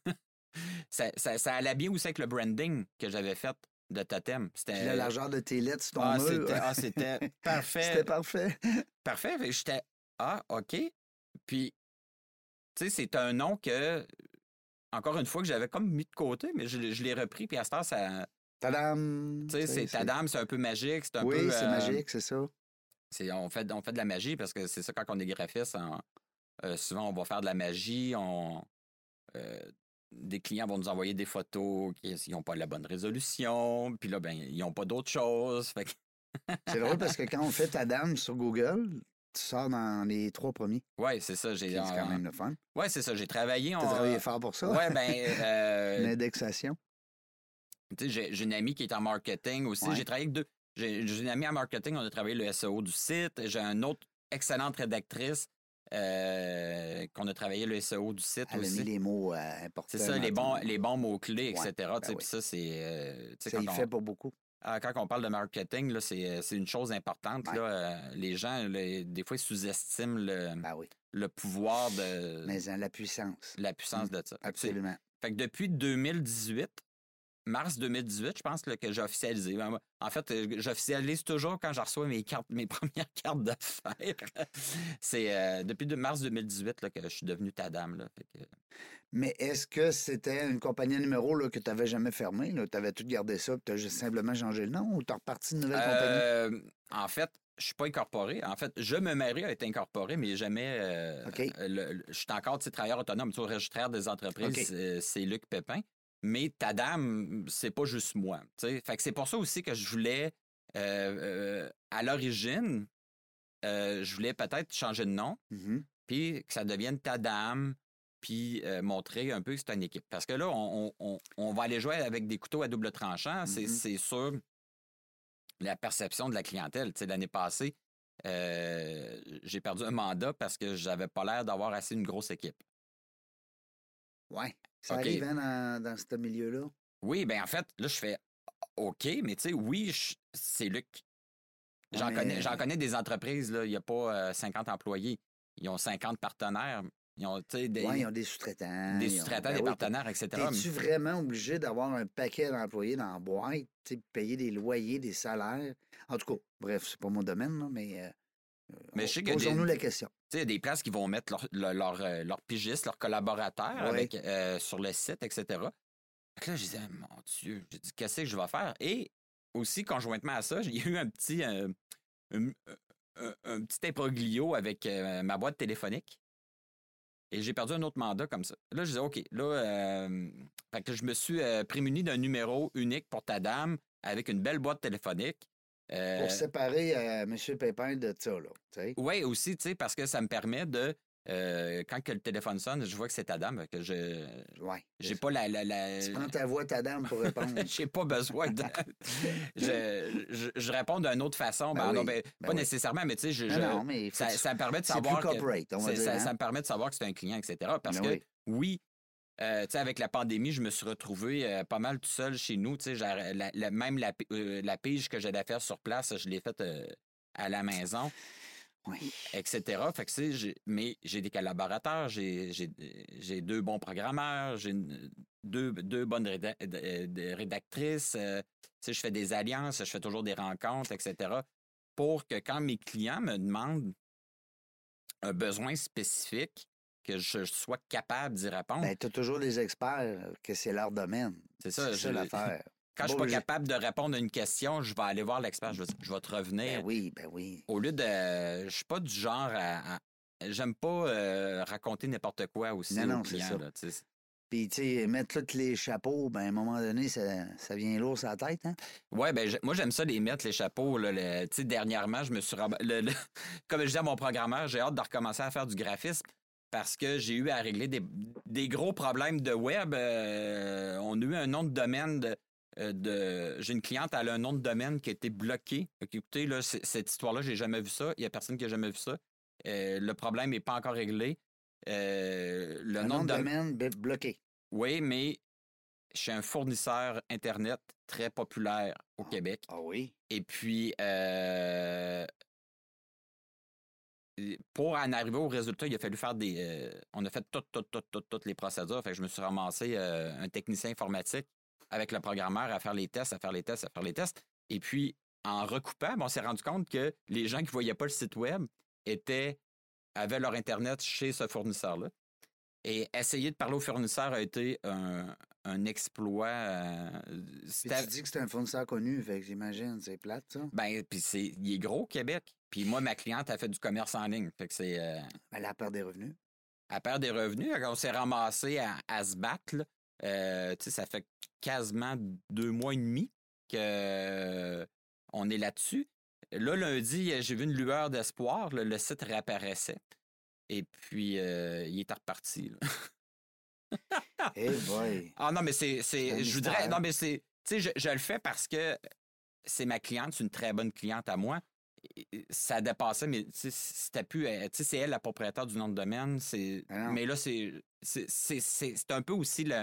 ça, ça, ça allait bien aussi avec le branding que j'avais fait de Totem. Puis la largeur de tes lettres sur ton Ah, mur. c'était, ah, c'était parfait. C'était parfait. Parfait. Fait que j'étais, ah, OK. Puis, tu sais, c'est un nom que, encore une fois, que j'avais comme mis de côté, mais je, je l'ai repris. Puis à ce temps, ça. Tadam! Tu sais, c'est Tadam, c'est un peu magique. C'est un Oui, peu. c'est euh, magique, c'est ça. c'est, on, fait, on fait de la magie parce que c'est ça, quand on est graphiste, on- euh, souvent, on va faire de la magie. On, euh, des clients vont nous envoyer des photos qui n'ont pas la bonne résolution. Puis là, ben, ils n'ont pas d'autre chose. Fait que C'est drôle parce que quand on fait Tadam sur Google, tu sors dans les trois premiers. ouais, c'est ça. J'ai, C'est quand euh, même le fun. ouais, c'est ça. J'ai travaillé. Tu on- as travaillé fort pour ça. Ouais, ben, euh, L'indexation. tu sais, j'ai, j'ai une amie qui est en marketing aussi. Ouais. J'ai travaillé avec deux. J'ai, j'ai une amie en marketing, on a travaillé le S E O du site. J'ai une autre excellente rédactrice euh, qu'on a travaillé le S E O du site Elle a aussi. mis les mots euh, importants. C'est ça, les bons, les bons mots-clés, Ouais, et cetera. ben tu sais, oui. Puis ça, c'est. euh, tu sais, Ça quand y on- fait pour beaucoup. Ah, quand on parle de marketing, là, c'est, c'est une chose importante. Ouais. Là, euh, les gens, là, des fois, ils sous-estiment le, Ben oui. le pouvoir de Mais hein, la puissance. la puissance Mm, de ça. Absolument. Fait que depuis deux mille dix-huit, mars deux mille dix-huit, je pense là, que j'ai officialisé. En fait, euh, j'officialise toujours quand je reçois mes cartes, mes premières cartes d'affaires. C'est euh, depuis de mars deux mille dix-huit là, que je suis devenu Tadam. Là. Fait que, Mais est-ce que c'était une compagnie à numéro là, que tu n'avais jamais fermée? Tu avais tout gardé ça et tu as juste simplement changé le nom ou tu as reparti une nouvelle compagnie? Euh, en fait, je suis pas incorporé. En fait, je me marie à être incorporé, mais jamais. euh, OK. euh, le- le- je suis encore tu sais, travailleur autonome. Tu sais, au registraire des entreprises, OK. c'est- c'est Luc Pépin. Mais Tadam, c'est pas juste moi. tu sais. Fait que c'est pour ça aussi que je voulais, euh, euh, à l'origine, euh, je voulais peut-être changer de nom, Mhm. puis que ça devienne Tadam, puis euh, montrer un peu que c'est une équipe. Parce que là, on, on- on- on va aller jouer avec des couteaux à double tranchant. C'est, Mhm. c'est sûr la perception de la clientèle. Tu sais, l'année passée, euh, j'ai perdu un mandat parce que j'avais pas l'air d'avoir assez une grosse équipe. Ouais. Ça OK. arrive hein, dans, dans ce milieu-là. Oui, ben en fait, là, je fais OK, mais tu sais, oui, je- c'est Luc. J'en, Ouais, mais- connais, j'en connais des entreprises, là, il n'y a pas euh, cinquante employés. Ils ont cinquante partenaires. Ils ont, tu sais, des, Oui, ils ont des sous-traitants. des ils ont- sous-traitants, ben des oui, partenaires, et cetera. Es-tu vraiment obligé d'avoir un paquet d'employés dans la boîte, tu sais, payer des loyers, des salaires? En tout cas, bref, c'est pas mon domaine, là, mais, euh, Mais je sais que posons-nous des- la question. Tu sais, il y a des places qui vont mettre leurs leur, leur, euh, leurs pigistes, leurs collaborateurs Ouais. avec, euh, sur le site, et cetera. Fait que là, je disais, mon Dieu, j'ai dit, qu'est-ce que je vais faire? Et aussi, conjointement à ça, il y a eu un petit, euh, un, un- un petit imbroglio avec euh, ma boîte téléphonique. Et j'ai perdu un autre mandat comme ça. Là, je disais, OK, là, euh, fait que je me suis euh, prémuni d'un numéro unique pour ta dame avec une belle boîte téléphonique. Euh, pour séparer euh, M. Pépin de ça, là. Oui, aussi, tu sais, parce que ça me permet de... Euh, quand que le téléphone sonne, je vois que c'est ta dame, que je... Ouais. J'ai pas la, la, la... Tu prends ta voix, ta dame, pour répondre. J'ai pas besoin de... je, je, je réponds d'une autre façon. Ben, ben oui, non, ben, ben pas oui. nécessairement, mais tu sais, je, je, non, mais ça, ça me permet de savoir que... On va dire, ça, hein? ça me permet de savoir que c'est un client, et cetera. Parce ben que, oui, oui euh, tu sais, avec la pandémie, je me suis retrouvé euh, pas mal tout seul chez nous. Tu sais, la, la, même la, euh, la pige que j'allais faire sur place, je l'ai faite euh, à la maison. Oui. et cetera. Fait que c'est, j'ai, mais j'ai des collaborateurs, j'ai, j'ai, j'ai deux bons programmeurs, j'ai une, deux, deux bonnes réda- rédactrices, euh, je fais des alliances, je fais toujours des rencontres, et cetera. Pour que quand mes clients me demandent un besoin spécifique, que je sois capable d'y répondre. Bien, tu as toujours des experts que c'est leur domaine. C'est ça, c'est je, ça l'affaire. Quand bon, je suis pas capable de répondre à une question, je vais aller voir l'expert. Je vais, je vais te revenir. Ben oui, ben oui. Au lieu de... Je suis pas du genre à... à j'aime pas euh, raconter n'importe quoi aussi non, non, aux clients. Là, puis, tu sais, mettre tous les chapeaux, ben à un moment donné, ça, ça vient lourd sur la tête, hein? Oui, ben moi, j'aime ça les mettre, les chapeaux. Là, le, tu sais, dernièrement, je me suis... Rab... Le, le... Comme je disais à mon programmeur, j'ai hâte de recommencer à faire du graphisme parce que j'ai eu à régler des, des gros problèmes de web. Euh, on a eu un nom de domaine de... De... J'ai une cliente, elle a un nom de domaine qui a été bloqué. Écoutez, là, cette histoire-là, j'ai jamais vu ça. Il n'y a personne qui a jamais vu ça. Euh, le problème n'est pas encore réglé. Euh, le un nom, nom de domaine dom... bloqué. Oui, mais je suis un fournisseur Internet très populaire au ah. Québec. Ah oui? Et puis, euh... pour en arriver au résultat, il a fallu faire des... Euh... On a fait toutes, toutes, toutes, toutes, toutes les procédures. Fait que je me suis ramassé euh, un technicien informatique avec le programmeur à faire les tests, à faire les tests, à faire les tests. Et puis, en recoupant, on s'est rendu compte que les gens qui ne voyaient pas le site web étaient, avaient leur Internet chez ce fournisseur-là. Et essayer de parler au fournisseur a été un, un exploit. Euh, tu dis que c'est un fournisseur connu, fait que j'imagine, c'est plate, ça? Ben, puis c'est, il est gros au Québec. Puis moi, ma cliente a fait du commerce en ligne. Fait que c'est... Euh, elle a perd des revenus. Elle perd des revenus. On s'est ramassé à, à se battre, là. Euh, tu sais, ça fait quasiment deux mois et demi qu'on euh, est là-dessus. Là, lundi, j'ai vu une lueur d'espoir. Là, le site réapparaissait. Et puis, euh, il est reparti. Eh hey boy! Ah non, mais c'est... c'est je vous dirais... Non, mais c'est... Tu sais, je, je le fais parce que c'est ma cliente. C'est une très bonne cliente à moi. Ça dépassait, mais c'était plus... Tu sais, c'est elle la propriétaire du nom de domaine. C'est, mais là, c'est, c'est, c'est, c'est, c'est un peu aussi le...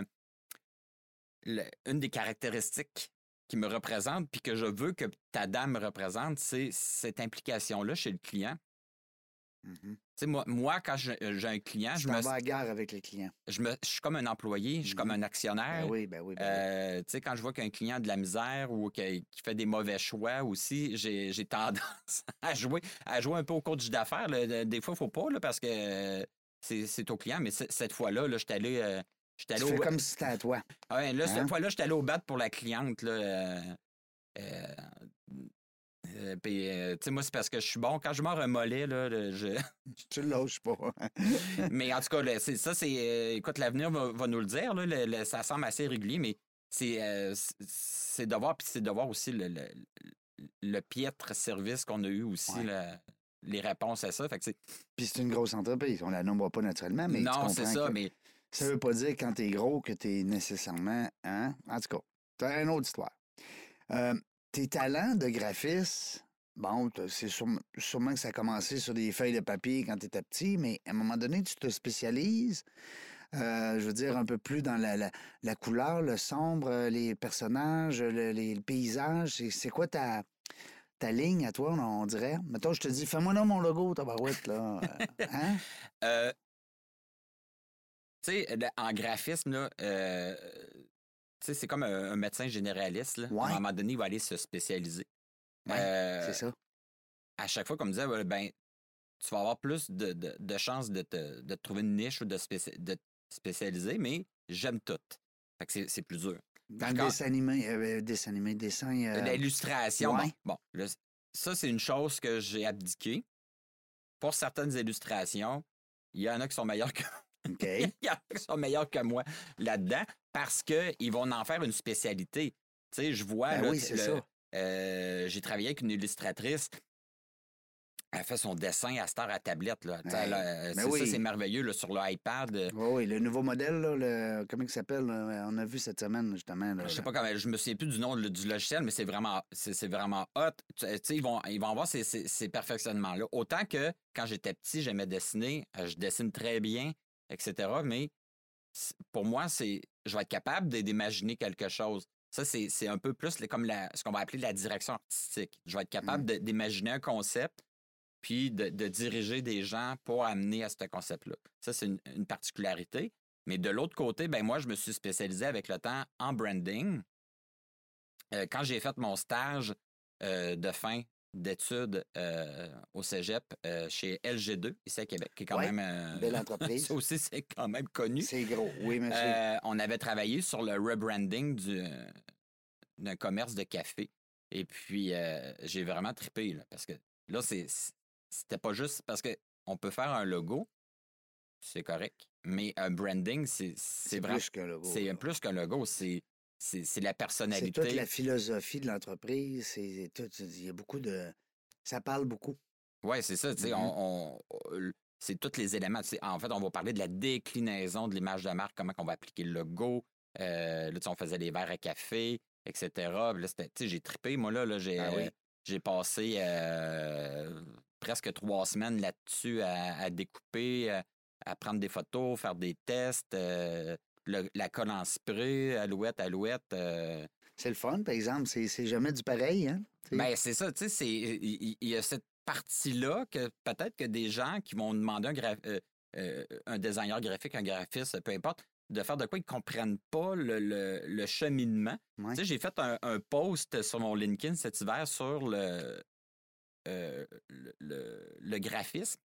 Le, une des caractéristiques qui me représente puis que je veux que ta dame me représente, c'est cette implication-là chez le client. Mm-hmm. Tu sais, moi, moi, quand j'ai, j'ai un client... Tu je me me vas à la gare avec les clients. Je, me, je suis comme un employé, je suis mm-hmm. comme un actionnaire. Ben oui, ben oui, ben euh, oui. Tu sais, quand je vois qu'un client a de la misère ou qui fait des mauvais choix aussi, j'ai, j'ai tendance à jouer, à jouer un peu au coach d'affaires. Là. Des fois, il ne faut pas là, parce que c'est, c'est au client, mais cette fois-là, là, je suis allé... Euh, Tu au... fais comme si c'était à toi. Ouais, là, hein? Cette fois-là, je suis allé au bat pour la cliente. Là, euh, euh, euh, puis, euh, tu sais, moi, c'est parce que je suis bon. Quand je mords un mollet, là, je... tu le lâches pas. Mais en tout cas, là, c'est, ça, c'est... Euh, écoute, l'avenir va, va nous le dire. Là, le, le, ça semble assez régulier, mais c'est, euh, c'est de voir, puis c'est de voir aussi le, le, le piètre service qu'on a eu aussi, ouais. là, les réponses à ça. Fait que c'est... Puis c'est une grosse entreprise. On la nommera pas naturellement, mais non, tu c'est ça, que... mais... Ça veut pas dire quand t'es gros que t'es nécessairement... Hein? En tout cas, t'as une autre histoire. Euh, tes talents de graphiste, bon, c'est sûrement, sûrement que ça a commencé sur des feuilles de papier quand t'étais petit, mais à un moment donné, tu te spécialises, euh, je veux dire, un peu plus dans la, la, la couleur, le sombre, les personnages, le, les, le paysage. C'est, c'est quoi ta... ta ligne à toi, on dirait? Mettons, je te dis, fais-moi là mon logo, tabarouette, là. Hein? euh... Tu sais, en graphisme, là, euh, c'est comme un, un médecin généraliste. Là. Ouais. À un moment donné, il va aller se spécialiser. Ouais, euh, c'est ça. À chaque fois, comme je disais, ben, tu vas avoir plus de, de, de chances de te, de te trouver une niche ou de, spéci- de te spécialiser, mais j'aime tout. Fait que c'est, c'est plus dur. Dans le dessin animé, euh, dessin animé, dessin... Euh... L'illustration, ouais. bon, bon le, ça, c'est une chose que j'ai abdiqué. Pour certaines illustrations, il y en a qui sont meilleures que OK. Il y en a qui sont meilleurs que moi là-dedans parce qu'ils vont en faire une spécialité. Tu sais, je vois... Ben là, oui, c'est le, ça. euh, j'ai travaillé avec une illustratrice. Elle fait son dessin à cette heure à tablette. Là. Tu sais, Ouais. elle a- Ben c'est ça, oui. c'est merveilleux là, sur l'iPad. euh, Oui, oui, le nouveau modèle, là, le, comment il s'appelle? là? On a vu cette semaine, justement. Là, Je sais là. pas comment, je me souviens plus du nom le- du logiciel, mais c'est vraiment, c'est, c'est vraiment hot. Tu tu sais, ils vont, ils vont avoir ces, ces, ces perfectionnements-là. Autant que quand j'étais petit, j'aimais dessiner, euh, je dessine très bien, et cetera. Mais c- pour moi, c'est, je vais être capable d- d'imaginer quelque chose. Ça, c'est, c'est un peu plus le- comme la, ce qu'on va appeler la direction artistique. Je vais être capable Mm. de- d'imaginer un concept, puis de, de diriger des gens pour amener à ce concept-là. Ça, c'est une, une particularité. Mais de l'autre côté, ben moi, je me suis spécialisé avec le temps en branding. Euh, quand j'ai fait mon stage euh, de fin d'études euh, au cégep euh, chez L G deux, ici à Québec, qui est quand Ouais, même... euh, belle entreprise. ça aussi, c'est quand même connu. C'est gros, oui, monsieur. Euh, on avait travaillé sur le rebranding du, euh, d'un commerce de café. Et puis, euh, j'ai vraiment trippé, là, parce que là, c'est, c'était pas juste... Parce que on peut faire un logo, c'est correct, mais un branding, c'est, c'est, c'est vraiment... plus qu'un logo. C'est là. plus qu'un logo, c'est, c'est, c'est la C'est personnalité. toute la philosophie de l'entreprise. C'est tout. Il y a beaucoup de. Ça parle beaucoup. Oui, c'est ça. Tu sais, Mhm. on, on- on- c'est tous les éléments. Tu sais, en fait, on va parler de la déclinaison de l'image de marque, comment on va appliquer le logo. Euh, là, tu sais, on faisait les verres à café, et cetera. Puis là, c'était- tu sais, j'ai trippé. Moi, là, là j'ai, Ah oui. euh, j'ai passé euh, presque trois semaines là-dessus à, à découper, à, à prendre des photos, faire des tests, euh, le- la colle en spray, alouette, alouette. euh, C'est le fun, par exemple. C'est c'est jamais du pareil, hein? Tu sais. Ben, c'est ça, tu sais, c'est, il, il- il y a cette partie-là que peut-être que des gens qui vont demander un, gra- euh, euh, un designer graphique, un graphiste, peu importe, de faire de quoi ils comprennent pas le, le- le cheminement. Ouais. Tu sais, j'ai fait un, un post sur mon LinkedIn cet hiver sur le, euh, le, le- le graphisme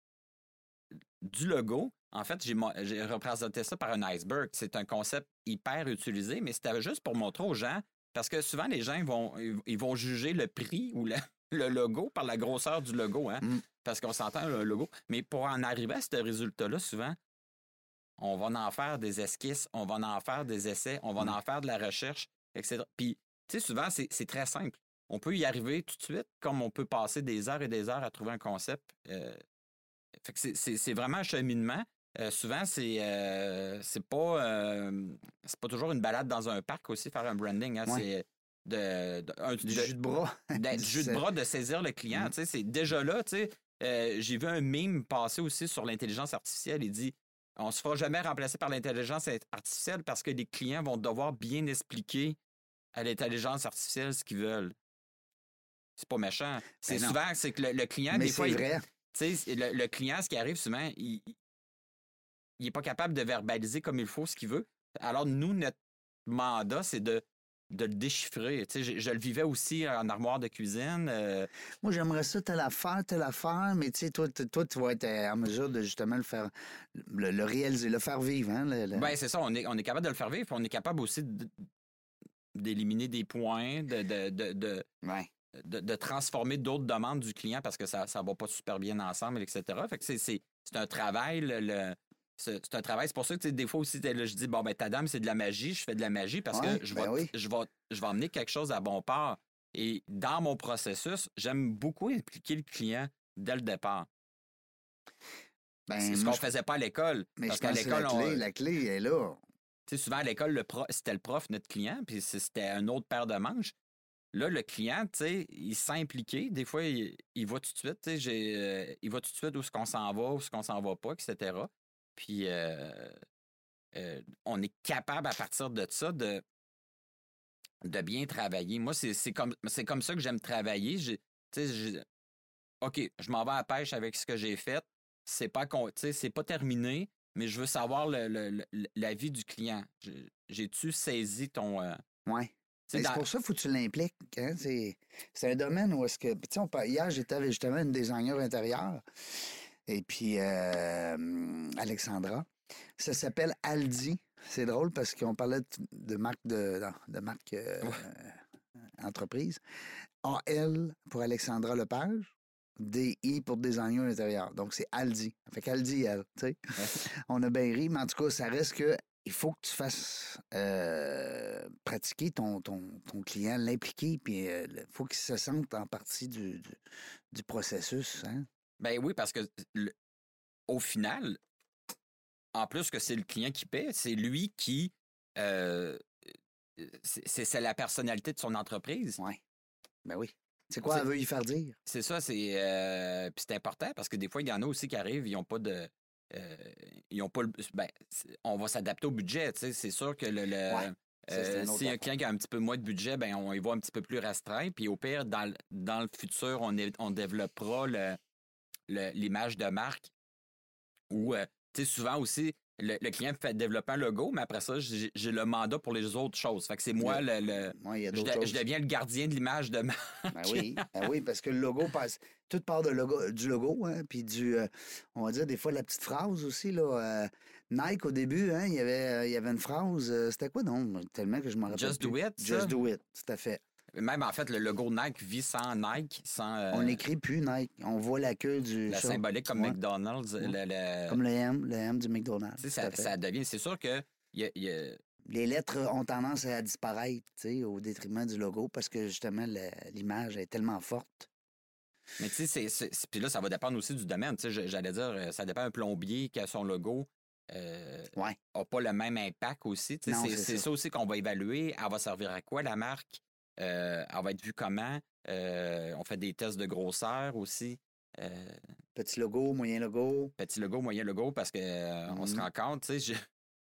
du logo. En fait, j'ai, mo- j'ai représenté ça par un iceberg. C'est un concept hyper utilisé, mais c'était juste pour montrer aux gens, parce que souvent, les gens ils vont, ils vont juger le prix ou le, le logo par la grosseur du logo, hein, Mm. parce qu'on s'entend le logo. Mais pour en arriver à ce résultat-là, souvent, on va en faire des esquisses, on va en faire des essais, on va Mm. en faire de la recherche, et cetera. Puis, tu sais, souvent, c'est, c'est très simple. On peut y arriver tout de suite, comme on peut passer des heures et des heures à trouver un concept. Euh, fait que c'est, c'est, c'est vraiment un cheminement. Euh, souvent, c'est euh, c'est pas euh, c'est pas toujours une balade dans un parc aussi, faire un branding. Hein, Ouais. C'est de, de, un- Du de- jus de bras. d'être jus de C'est- bras, de saisir le client. Mm. Tu sais, c'est déjà là. Tu sais, euh, j'ai vu un meme passer aussi sur l'intelligence artificielle. Il dit on se fera jamais remplacer par l'intelligence artificielle parce que les clients vont devoir bien expliquer à l'intelligence artificielle ce qu'ils veulent. C'est pas méchant. C'est Ben non. souvent c'est que le, le client, Mais des fois, c'est il- vrai. tu sais, le, le client, ce qui arrive souvent, il n'est pas capable de verbaliser comme il faut ce qu'il veut. Alors, nous, notre mandat, c'est de, de le déchiffrer. Tu sais, je, je le vivais aussi en armoire de cuisine. euh, Moi, j'aimerais ça, telle affaire, telle affaire, mais tu sais, toi, t- toi, tu vas être euh, en mesure de justement le faire, le, le réaliser, le faire vivre, hein? le- le- Ben, c'est ça, on est, on est capable de le faire vivre, puis on est capable aussi de- d'éliminer des points, de, de, de, de, Ouais. de- de transformer d'autres demandes du client parce que ça ne va pas super bien ensemble, et cetera. Fait que c'est, c'est, c'est un travail, le, le- c'est, c'est un travail. C'est pour ça que tu sais, des fois aussi, t'es là, je dis, bon, ben, ta dame, c'est de la magie, je fais de la magie parce Ouais, que je ben vais, oui. je, vais, je vais emmener quelque chose à bon port. Et dans mon processus, j'aime beaucoup impliquer le client dès le départ. Ben, c'est ce moi, qu'on je- faisait pas à l'école. mais Parce je qu'à pense que l'école, la on- clé, la clé est là. tu sais, souvent à l'école, le pro- c'était le prof, notre client, puis c- c'était un autre paire de manches. Là, le client, tu sais, il s'est impliqué. Des fois, il, il va tout de suite, tu sais, j'ai, euh, il va tout de suite où est-ce qu'on s'en va, où est-ce qu'on s'en va pas, et cetera. Puis, euh, euh, on est capable, à partir de ça, de, de bien travailler. Moi, c'est, c'est, comme, c'est comme ça que j'aime travailler. J'ai, tu sais, j'ai- OK, je m'en vais à la pêche avec ce que j'ai fait. C'est pas, con- tu sais, c'est pas terminé, mais je veux savoir le, le- le- l'avis du client. J'ai- J'ai-tu saisi ton... euh, Ouais. tu sais, Mais dans- C'est pour ça qu'il faut que tu l'impliques. Hein? C'est, c'est un domaine où est-ce que. Tu sais, on par- hier, j'étais avec justement une designer intérieure. Et puis, euh, Alexandra. Ça s'appelle Aldi. C'est drôle parce qu'on parlait de, de marque de, non, de marque euh, Ouais. euh, entreprise. A L pour Alexandra Lepage. D I pour designer à l'intérieur. Donc, c'est Aldi. Fait qu'Aldi, elle, tu sais. On a bien ri, mais en tout cas, ça reste que il faut que tu fasses euh, pratiquer ton, ton, ton client, l'impliquer, puis il euh, faut qu'il se sente en partie du, du, du processus. Hein? Ben oui, parce que le, au final, en plus que c'est le client qui paie, c'est lui qui... Euh, c'est, c'est la personnalité de son entreprise. Oui. Ben oui. C'est quoi c'est, elle veut y faire dire? C'est ça, c'est... Euh, puis c'est important parce que des fois, il y en a aussi qui arrivent, ils n'ont pas de... Euh, ils ont pas le... Ben, on va s'adapter au budget, tu sais. C'est sûr que le... le ouais. Euh, si un client qui a un petit peu moins de budget, ben on y va un petit peu plus restreint. Puis au pire, dans, dans le futur, on, est, on développera le, le, l'image de marque. Ou, euh, tu sais, souvent aussi, le, le client fait développer un logo, mais après ça, j'ai, j'ai le mandat pour les autres choses. Fait que c'est moi le... le ouais, il y a je, de, je deviens le gardien de l'image de marque. Ben oui, ben oui, parce que le logo passe... Tout part de logo, du logo, hein, puis du... Euh, on va dire des fois la petite phrase aussi, là... Euh, Nike, au début, hein, il y avait, il y avait une phrase, euh, c'était quoi donc? Tellement que je m'en rappelle Just plus. do it, Just ça? do it, tout à fait. Même, en fait, le logo Nike vit sans Nike, sans... Euh, on n'écrit plus Nike. On voit la queue du... La shop. symbolique comme ouais. McDonald's. Ouais. Le, le... Comme le M, le M du McDonald's. Ça, ça devient... C'est sûr que... Y a, y a... Les lettres ont tendance à disparaître, tu sais, au détriment du logo, parce que, justement, le, l'image est tellement forte. Mais tu sais, puis là, ça va dépendre aussi du domaine. Tu sais, j'allais dire, ça dépend d'un plombier qui a son logo. Euh, ouais. n'a pas le même impact aussi. Non, c'est, c'est, c'est ça. ça aussi qu'on va évaluer. Elle va servir à quoi, la marque? Euh, elle va être vue comment? Euh, on fait des tests de grosseur aussi. Euh, petit logo, moyen logo. Petit logo, moyen logo, parce qu'on euh, mm-hmm. se rend compte, tu sais, je...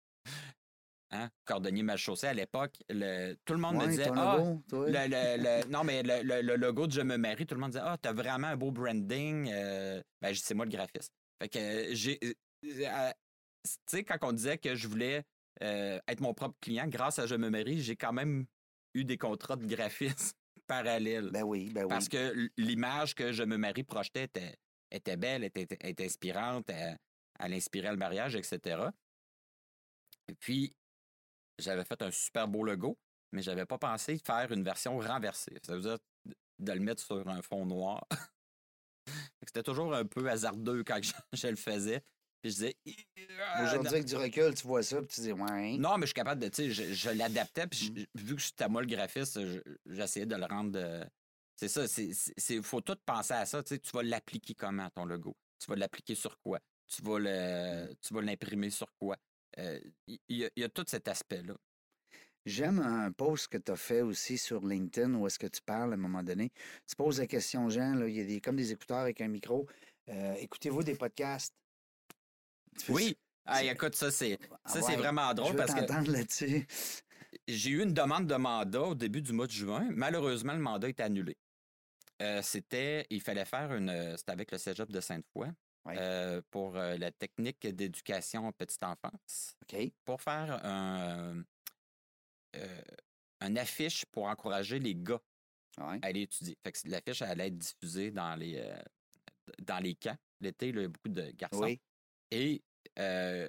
hein, cordonnier mal chaussé à l'époque, le... tout le monde ouais, me disait, ah, le, le, le... non, mais le, le, le logo de Je me marie, tout le monde disait, ah, t'as vraiment un beau branding. Euh... Ben, c'est moi le graphiste. Fait que euh, j'ai... Euh, tu sais, quand on disait que je voulais euh, être mon propre client, grâce à Je me marie, j'ai quand même eu des contrats de graphisme parallèles. Ben oui, ben oui. Parce que l'image que Je me marie projetait était, était belle, était, était inspirante, elle, elle inspirait le mariage, et cetera. Et puis, j'avais fait un super beau logo, mais j'avais pas pensé faire une version renversée. Ça veut dire de le mettre sur un fond noir. C'était toujours un peu hasardeux quand je, je le faisais. Puis je disais... Aujourd'hui, avec du recul, tu vois ça, puis tu dis, ouais. Non, mais je suis capable de, tu sais, je, je l'adaptais, puis mm. je, vu que c'était moi le graphiste, je, j'essayais de le rendre... De... C'est ça, il faut tout penser à ça, tu sais, tu vas l'appliquer comment, ton logo? Tu vas l'appliquer sur quoi? Tu vas, le, tu vas l'imprimer sur quoi? Il euh, y, y a tout cet aspect-là. J'aime un post que tu as fait aussi sur LinkedIn où est-ce que tu parles à un moment donné. Tu poses la question aux gens, là, il y a des, comme des écouteurs avec un micro. Euh, écoutez-vous des podcasts? Oui. Ah, écoute, ça, c'est, ça, ouais, c'est vraiment drôle je veux parce que là-dessus. J'ai eu une demande de mandat au début du mois de juin. Malheureusement, le mandat est annulé. Euh, c'était, il fallait faire une, c'était avec le Cégep de Sainte-Foy ouais. euh, pour euh, la technique d'éducation petite enfance. OK. Pour faire un, euh, une affiche pour encourager les gars ouais. à aller étudier. Fait que l'affiche allait être diffusée dans les, euh, dans les camps. L'été, il y a beaucoup de garçons. Oui. Et euh,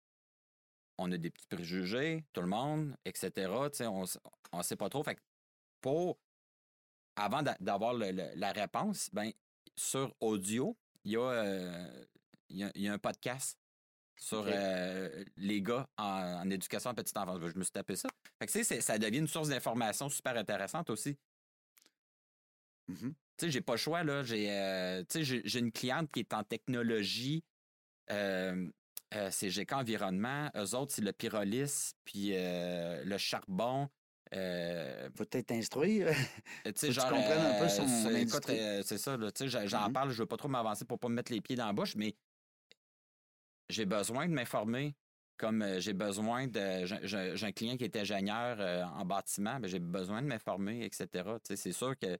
on a des petits préjugés, tout le monde, et cetera. T'sais, on ne sait pas trop. Fait que pour, avant d'avoir le, le, la réponse, ben, sur audio, il y, euh, y, a, y a un podcast sur okay. euh, les gars en, en éducation à petite enfance. Je me suis tapé ça. Fait que, c'est, ça devient une source d'information super intéressante aussi. Mm-hmm. Tu sais, j'ai pas le choix, là. J'ai, euh, j'ai, j'ai une cliente qui est en technologie. Euh, euh, c'est G K Environnement. Eux autres, c'est le pyrolyse, puis euh, le charbon. Euh, Faut peut-être t'instruire. Tu sais, genre. Tu comprennes un peu son euh, industrie. Écoute, euh, c'est ça, là, tu sais, j'en mm-hmm. parle, je veux pas trop m'avancer pour pas me mettre les pieds dans la bouche, mais j'ai besoin de m'informer. Comme euh, j'ai besoin de. J'ai, j'ai un client qui est ingénieur euh, en bâtiment, ben, j'ai besoin de m'informer, et cetera. Tu sais, c'est sûr que.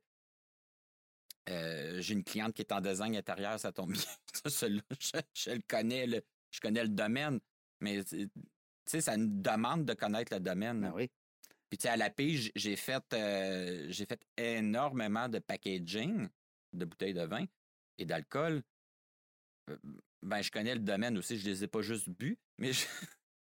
Euh, j'ai une cliente qui est en design intérieur, ça tombe bien. je, je le connais, le, je connais le domaine, mais tu sais, ça nous demande de connaître le domaine. Ben oui. Puis tu sais, à la pige, j'ai fait, euh, j'ai fait énormément de packaging de bouteilles de vin et d'alcool. Euh, ben, je connais le domaine aussi, je les ai pas juste bu, mais je...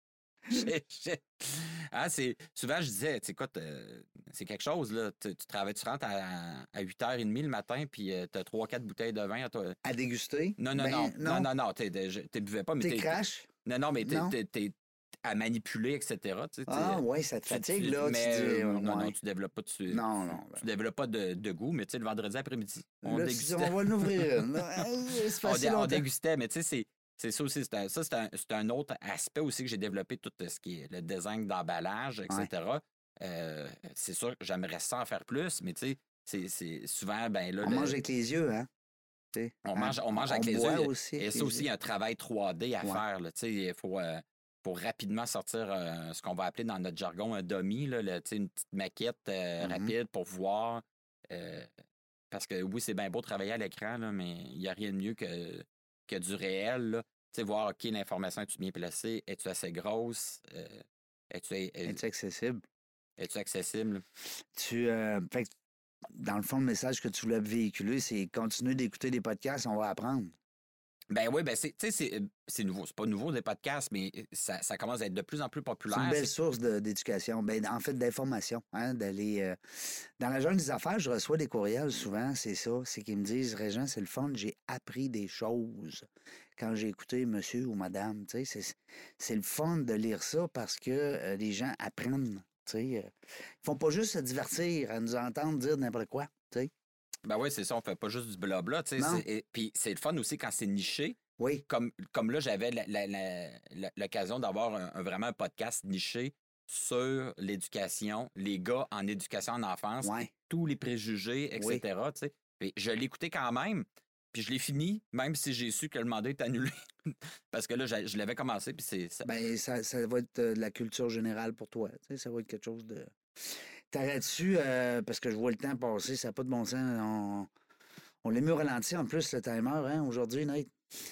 J'ai- j'ai- Ah, c'est... Souvent, je disais, tu sais quoi, t'as- c'est quelque chose, là. Tu, tu travailles, tu rentres à, à huit heures trente le matin, puis tu as trois quatre bouteilles de vin à toi. À déguster? Non, non, Ben, non. Non, non. non, non. Tu ne buvais pas, mais T'es t'es. crash? Non, non, mais t'es, Non. t'es, t'es à manipuler, et cetera. Tu sais, Ah, t'es- oui, ça te tu- fatigue, tu- là. Mais tu dis, euh, euh, non, non, ouais. tu développes pas de, tu, Non, non. ben, tu développes pas de, de goût, mais tu sais, le vendredi après-midi, on là, tu dis, dégustait. on va l'ouvrir une. là. C'est On, facile dé- on longtemps. dégustait, mais tu sais, c'est, c'est ça aussi. C'est un, ça, c'est un, c'est un autre aspect aussi que j'ai développé, tout ce qui est le design d'emballage, et cetera. Euh, c'est sûr que j'aimerais ça en faire plus, mais tu sais, c'est, c'est souvent, ben là... On le- mange avec les yeux, hein? T'sais, on hein? mange, on mange avec on les boit yeux. aussi Et avec ça les aussi, il y yeux. a un travail trois D à Ouais. faire. Là. Tu sais, Il faut, euh, faut rapidement sortir euh, ce qu'on va appeler dans notre jargon un dummy, là, le- tu sais, une petite maquette euh, Mhm. rapide pour voir. euh, parce que oui, c'est bien beau de travailler à l'écran, là, mais il n'y a rien de mieux que, que du réel. Là. Tu sais, voir, OK, l'information, est-tu bien placée? Es-tu assez grosse? Euh, es-tu, es, Es-tu accessible? es-tu accessible? Tu, euh, fait que, dans le fond, le message que tu voulais véhiculer, c'est continuer d'écouter des podcasts, on va apprendre. Ben oui, ben c'est, tu sais, c'est, c'est nouveau. C'est pas nouveau des podcasts, mais ça, ça commence à être de plus en plus C'est populaire. une belle C'est- source de- d'éducation, ben, en fait d'information. Hein, d'aller euh, dans la jungle des affaires, je reçois des courriels souvent, c'est ça, c'est qu'ils me disent, Régent, c'est le fun, j'ai appris des choses quand j'ai écouté monsieur ou madame. Tu sais, C'est, c'est le fun de lire ça parce que euh, les gens apprennent. Tu sais, euh, ils font pas juste se divertir à nous entendre dire n'importe quoi. Tu sais. Ben oui, c'est ça, on fait pas juste du blabla, tu sais. Non. c'est- et- Puis c'est le fun aussi quand c'est niché. Oui, Comme, comme là, j'avais la- la- la- la- l'occasion d'avoir un, un- vraiment un podcast niché sur l'éducation, les gars en éducation en enfance, ouais. tous les préjugés, et cetera. tu sais. Puis je l'ai écouté quand même, puis je l'ai fini, même si j'ai su que le mandat est annulé. Parce que là, je, je l'avais commencé, puis c'est... ça- Ben, ça, ça va être euh, de la culture générale pour toi. Tu sais, ça va être quelque chose de. T'arrêtes-tu, euh, parce que je vois le temps passer, ça n'a pas de bon sens. On, on l'a mis au ralenti en plus, le timer, hein, aujourd'hui, Nate.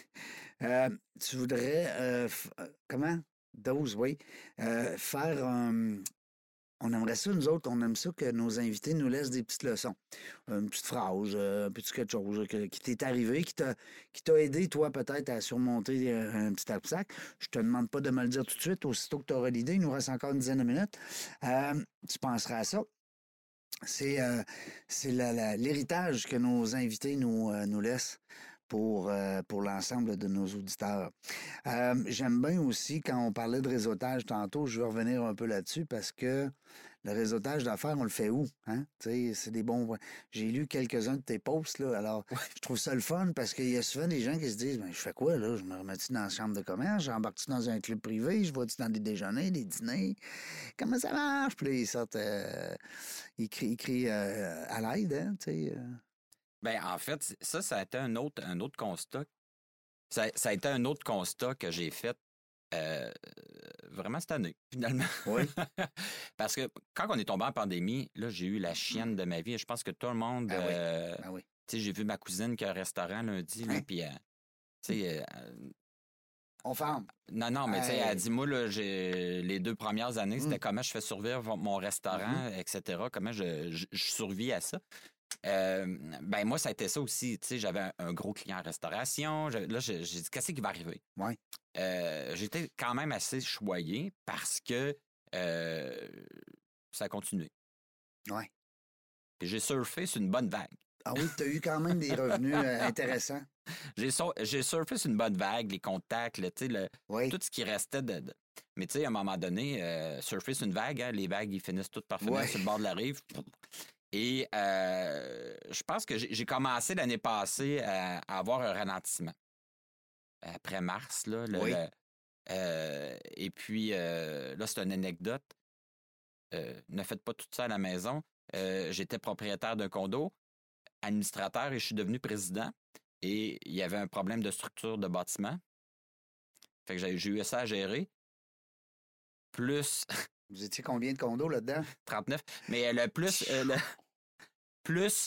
Euh, tu voudrais. euh, f- euh, comment? Dose, oui. Euh, faire. un- on aimerait ça, nous autres, on aime ça que nos invités nous laissent des petites leçons. Une petite phrase, euh, un petit quelque chose que- qui t'est arrivé, qui t'a, qui t'a aidé, toi, peut-être, à surmonter euh, un petit obstacle. Je te demande pas de me le dire tout de suite, aussitôt que tu auras l'idée. Il nous reste encore une dizaine de minutes. Euh, tu penseras à ça. C'est, euh, c'est la- la- l'héritage que nos invités nous, euh, nous laissent pour, euh, pour l'ensemble de nos auditeurs. Euh, j'aime bien aussi, quand on parlait de réseautage tantôt, je veux revenir un peu là-dessus parce que le réseautage d'affaires, on le fait où? Hein? Tu sais, c'est des bons. J'ai lu quelques-uns de tes posts, là. Alors, je trouve ça le fun parce qu'il y a souvent des gens qui se disent ben, je fais quoi, là? Je me remets-tu dans la chambre de commerce? J'embarque-tu dans un club privé? Je vais-tu dans des déjeuners, des dîners? Comment ça marche? Puis là, ils sortent. euh, ils crient, ils crient, euh, à l'aide, hein? Tu sais. euh. Ben, en fait, ça, ça a été un autre, un autre constat. Ça, ça a été un autre constat que j'ai fait euh, vraiment cette année, finalement. Oui. Parce que quand on est tombé en pandémie, là, j'ai eu la chienne de ma vie. Je pense que tout le monde... Ah oui. euh, Ben oui. Tu sais, j'ai vu ma cousine qui a un restaurant lundi, là, Hein? puis... euh, tu sais, euh, On ferme. non, non, mais tu sais, elle Hey. dit, moi, là, j'ai, les deux premières années, c'était Mm. comment je fais survivre mon restaurant, et cetera. Comment je, je, je survis à ça. Euh, ben moi, ça a été ça aussi. Tu sais, j'avais un, un gros client en restauration. Je- là, j'ai j'ai dit, qu'est-ce qui va arriver? Ouais. Euh, j'étais quand même assez choyé parce que euh, ça a continué. Ouais. Puis j'ai surfé sur une bonne vague. Ah oui, tu as eu quand même des revenus euh, intéressants. J'ai, sur- j'ai surfé sur une bonne vague, les contacts, le, tu sais, le, Oui. tout ce qui restait de... de- Mais tu sais, à un moment donné, euh, surfer sur une vague, hein, les vagues, ils finissent toutes par finir Ouais. sur le bord de la rive. Et euh, je pense que j'ai, j'ai commencé l'année passée à, à avoir un ralentissement. Après mars, là. le- Oui. le- euh, et puis, euh, là, c'est une anecdote. Euh, ne faites pas tout ça à la maison. Euh, j'étais propriétaire d'un condo, administrateur, et je suis devenu président. Et il y avait un problème de structure de bâtiment. Fait que j'ai, j'ai eu ça à gérer. Plus Vous étiez combien de condos là-dedans? trente-neuf. Mais le plus... euh, le- plus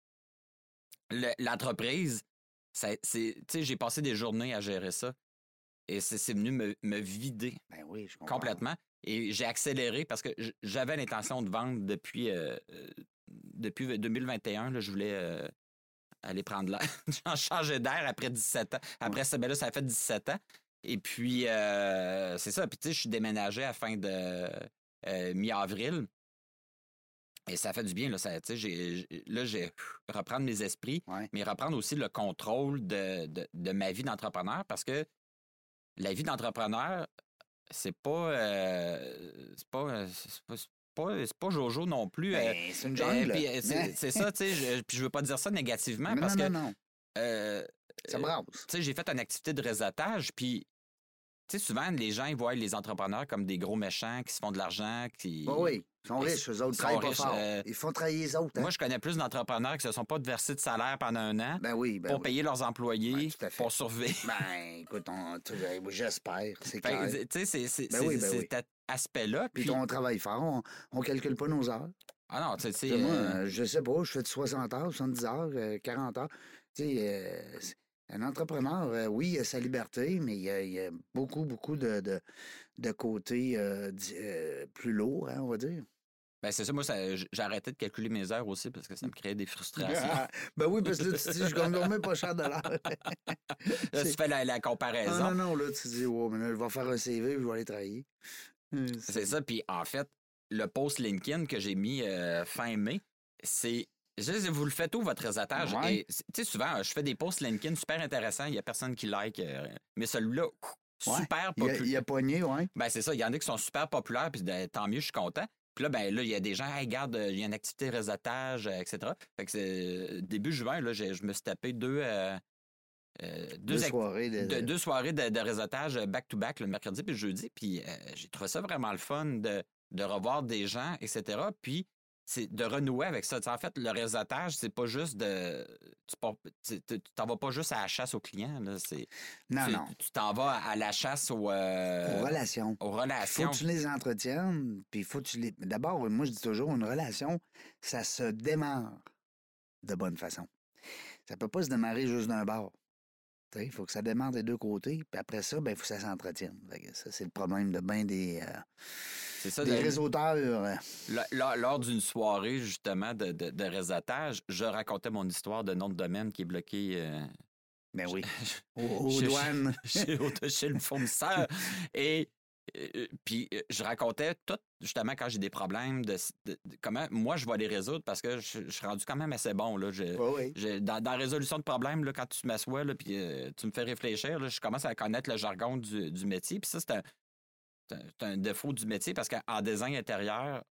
le- l'entreprise, ça- c'est, tu sais, j'ai passé des journées à gérer ça. Et c'est, c'est venu me, me vider Ben oui, je comprends. complètement. Et j'ai accéléré parce que j- j'avais l'intention de vendre depuis, euh, euh, depuis deux mille vingt et un. Là, je voulais euh, aller prendre l'air. J'en changeais d'air après dix-sept ans. Après ça, ben là, ça a fait dix-sept ans. Et puis, euh, c'est ça. Puis, tu sais, je suis déménagé à la fin de euh, mi-avril. Et ça fait du bien, là. Ça, tu sais, j'ai, là, j'ai reprendre mes esprits, Ouais. mais reprendre aussi le contrôle de, de, de ma vie d'entrepreneur parce que la vie d'entrepreneur, c'est pas, euh, c'est pas, c'est pas, c'est pas, c'est pas Jojo non plus. Ben, euh, c'est une euh, jungle. puis, euh, c'est, c'est ça, tu sais. Je, puis je veux pas dire ça négativement non, parce non, que, non, non. euh, Ça euh, brasse. tu sais, j'ai fait une activité de réseautage, puis tu sais, souvent, les gens, ils voient les entrepreneurs comme des gros méchants qui se font de l'argent, qui... Bah oui, ils sont Ils riches, eux autres, sont travaillent pas riches, fort. euh, Ils font travailler les autres. Hein? Moi, je connais plus d'entrepreneurs qui se sont pas versés de salaire pendant un an Ben oui, ben pour oui. payer leurs employés, Ouais, tout à fait. pour survivre. Ben, écoute, on, tu- ben, j'espère, c'est Fait clair. que, tu sais, c'est c'est- Ben c'est- oui, ben c'est oui. cet aspect-là. Puis Puis, on travaille fort, on, on calcule pas nos heures. ah non, tu sais, Tu sais, moi, euh, euh, je sais pas, je fais de soixante heures, soixante-dix heures, euh, quarante heures. Tu sais, euh, c'est- un entrepreneur, euh, oui, il a sa liberté, mais il y a, il y a beaucoup, beaucoup de, de, de côtés euh, di- euh, plus lourds, hein, on va dire. ben c'est ça, moi, ça- j- j'ai arrêté de calculer mes heures aussi parce que ça me créait des frustrations. ben oui, parce que là, tu te dis, je gagne même pas cher de l'heure. Là, tu fais la, la Ah comparaison. non, non, là, tu te dis, wow, mais là, je vais faire un C V, je vais aller travailler. Hum, C'est ça. Puis en fait, le post LinkedIn que j'ai mis euh, fin mai, c'est. Je sais, vous le faites où, votre réseautage? Ouais. Et, tu sais, souvent, je fais des posts LinkedIn super intéressants, il n'y a personne qui like. euh, mais celui-là, Ouais. super Il a, populaire. il a pogné, ouais. Ben, c'est ça. Il y en a qui sont super populaires, puis ben, tant mieux, je suis content. Puis là, ben là, il y a des gens, hey, regarde, il y a une activité réseautage, euh, et cetera. Fait que c'est début juin, là, j'ai- je me suis tapé deux. euh, euh, Deux, act- soirées. De, de- de- deux soirées de, de réseautage back-to-back, le mercredi puis le jeudi. Puis euh, j'ai trouvé ça vraiment le fun de, de revoir des gens, et cetera. Puis c'est de renouer avec ça. Tu sais, en fait, le réseautage, c'est pas juste de. Tu pars- tu tu t'en vas pas juste à la chasse aux clients. Là. C'est, Non, tu, non. tu t'en vas à la chasse aux, euh, Aux relations. aux Il faut relations. que tu les entretiennes, puis il faut que tu les... D'abord, moi, je dis toujours, une relation, ça se démarre de bonne façon. Ça peut pas se démarrer juste d'un bord. Il faut que ça démarre des deux côtés, puis après ça, ben, il faut que ça s'entretienne. Fait que Ça, c'est le problème de bien des, euh, C'est ça. des de- réseauteurs. euh, L- Lors, lors d'une soirée, justement, de, de, de réseautage, je racontais mon histoire de nom de domaine qui est bloqué. euh, Ben oui, aux, aux chez- douanes. chez, au- chez le fournisseur. Et euh, puis, euh, je racontais tout, justement, quand j'ai des problèmes, de, de- de comment moi, je vais les résoudre parce que je, je suis rendu quand même assez bon. Là. Je- Oui, oui. je- dans, dans la résolution de problèmes, là, quand tu m'assois là, puis euh, tu me fais réfléchir, là, je commence à connaître le jargon du, du métier. Puis ça, c'est un, c'est un- c'est un défaut du métier parce qu'en design intérieur,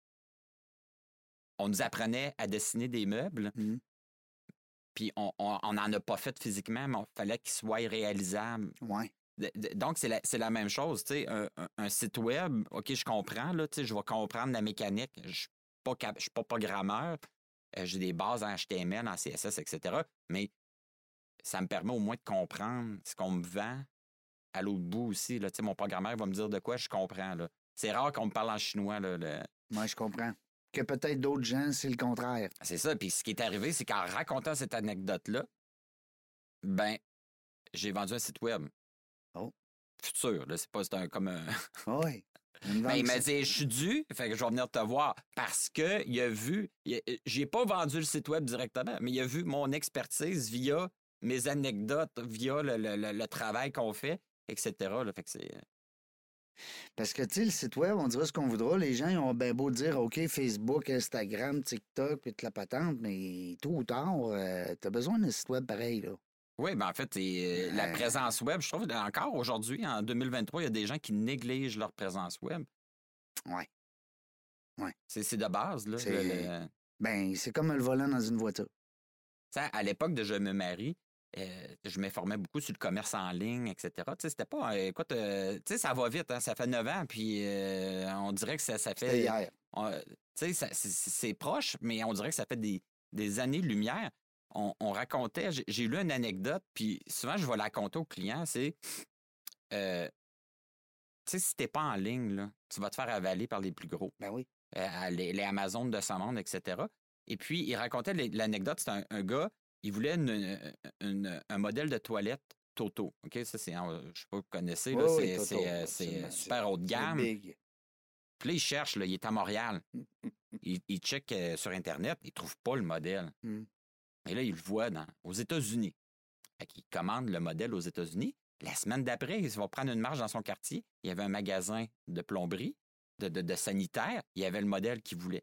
on nous apprenait à dessiner des meubles, Mhm. puis on n'en a pas fait physiquement, mais il fallait qu'ils soient réalisables. Ouais. De- de- Donc, c'est la, c'est la même chose. tu sais, Un, un- un site web, OK, je comprends, là, tu sais, je vais comprendre la mécanique. Je ne suis pas, cap- je suis pas programmeur. Euh, j'ai des bases en H T M L, en C S S, et cetera. Mais ça me permet au moins de comprendre ce qu'on me vend à l'autre bout aussi. Là. Tu sais, mon programmeur va me dire de quoi je comprends. Là. C'est rare qu'on me parle en chinois. Là, le- Moi, je comprends. Que peut-être d'autres gens, c'est le contraire. C'est ça. Puis ce qui est arrivé, c'est qu'en racontant cette anecdote-là, ben, j'ai vendu un site web. Oh. Futur, là. C'est pas c'est un, comme un. Oui. Une Ben, il vente, m'a c'est- dit, je suis dû, fait que je vais venir te voir. Parce que il a vu, il a- j'ai pas vendu le site web directement, mais il a vu mon expertise via mes anecdotes, via le, le- le- le travail qu'on fait, et cetera. Là. Fait que c'est. Parce que, tu sais, le site web, on dira ce qu'on voudra. Les gens ils ont bien beau dire, OK, Facebook, Instagram, TikTok, puis toute la patente, mais tôt ou tard, euh, t'as besoin d'un site web pareil, là. Oui, ben en fait, c'est, euh, la Euh. présence web, je trouve, encore aujourd'hui, en deux mille vingt-trois, il y a des gens qui négligent leur présence web. Ouais. C'est, c'est de base, là. C'est- le- le- Ben, c'est comme le volant dans une voiture. Tu sais, à l'époque de Je me marie, euh, je m'informais beaucoup sur le commerce en ligne, et cetera. Tu sais, c'était pas. euh, écoute, euh, tu sais, ça va vite, hein, ça fait neuf ans, puis euh, on dirait que ça, ça C'était fait. hier. on- Tu sais, ça- c'est, c'est- c'est proche, mais on dirait que ça fait des, des années-lumière. On, on racontait, j'ai, j'ai lu une anecdote, puis souvent, je vais la raconter aux clients, c'est. euh, tu sais, si t'es pas en ligne, là, tu vas te faire avaler par les plus gros. Ben oui. euh, les, les Amazones de ce monde, et cetera. Et puis, il racontait les- l'anecdote, c'est un, un gars, il voulait une- une- un modèle de toilette Toto. OK, ça, c'est, en- je sais pas si vous connaissez, là, Oui, c'est, oui, Toto, c'est, euh, absolument. c'est super haut de C'est gamme. big. Puis là, il cherche, là, il est à Montréal. Il, il check euh, sur Internet, il trouve pas le modèle. Mm. Et là, il le voit dans, aux États-Unis. Fait qu'il commande le modèle aux États-Unis. La semaine d'après, il va prendre une marche dans son quartier. Il y avait un magasin de plomberie, de, de, de sanitaire. Il y avait le modèle qu'il voulait.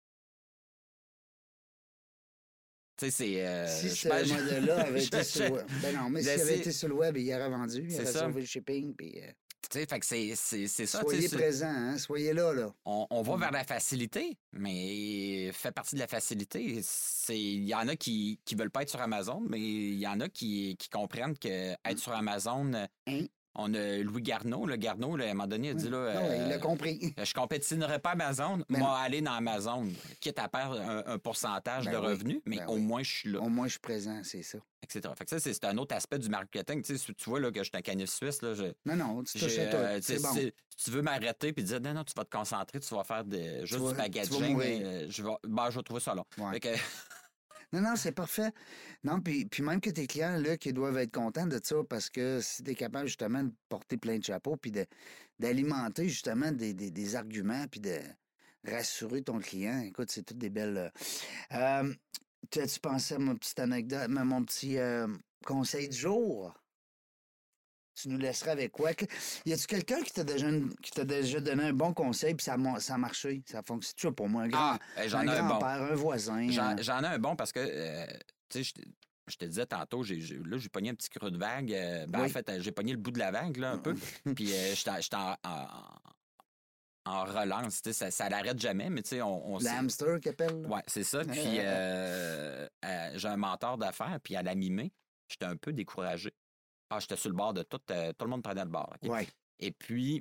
Tu sais, c'est... Euh, si je ce pense- modèle-là avait je- été sur le je- web. Ben non, mais je s'il avait sais. été sur le web, il aurait vendu, il C'est aurait ça. sauvé le shipping. Puis, euh, Tu sais, fait que c'est, c'est, c'est ça. tu sais, soyez c'est- présents, hein? Soyez là, là. On, on va Mm. vers la facilité, mais fait partie de la facilité. C'est, il y en a qui qui veulent pas être sur Amazon, mais il y en a qui, qui comprennent que être sur Amazon, euh, Hein? on a Louis Garneau, le Garneau, là, à un moment donné, il a dit là, Non, il euh, l'a compris. je compétitionnerai pas Amazon, Mais moi non. aller dans Amazon, quitte à perdre un, un pourcentage Ben de oui, revenus, mais ben au oui. moins je suis là, Au moins, je suis présent, c'est ça. et cetera. Fait que ça, c'est, c'est un autre aspect du marketing. Tu sais, si tu vois là, que je suis un canif suisse, là, je, Non, non, tu touches j'ai, à tout. euh, tu sais, C'est bon. si, si tu veux m'arrêter puis dire non, non, tu vas te concentrer, tu vas faire de, juste vas- du tu vas packaging, mourir. euh, je vais, ben, je vais trouver ça long. Ouais. Fait que, Non, non, c'est parfait. Non, puis, puis même que tes clients, là, qui doivent être contents de ça, parce que si tu es capable, justement, de porter plein de chapeaux, puis de, d'alimenter, justement, des, des, des arguments, puis de rassurer ton client, écoute, c'est toutes des belles... euh, euh, tu as-tu pensé à mon petite anecdote, à mon petit euh, conseil du jour? Tu nous laisserais avec quoi? Que- Y a-tu quelqu'un qui t'a déjà, qui t'a déjà donné un bon conseil, puis ça, a mon- ça a marché? Ça fonctionne toujours pour moi. Un grand, ah, euh, j'en un ai un bon. grand-père, un voisin. J'en, euh, j'en ai un bon parce que, euh, tu sais, je, te- je te disais tantôt, j'ai, j'ai- là, j'ai pogné un petit creux de vague. euh, ben, Oui. En fait, euh, j'ai pogné le bout de la vague, là, un peu. Puis, euh, j'étais, j'étais en, en, en relance. Tu sais, ça, ça l'arrête jamais, mais tu sais, on, on Le sait- hamster qu'il appelle. là. Ouais, c'est ça. Puis, euh, euh, j'ai un mentor d'affaires, puis à la mi-mai, j'étais un peu découragé. Ah, j'étais sur le bord de tout. euh, tout le monde prenait le bord. OK? Ouais. Et puis,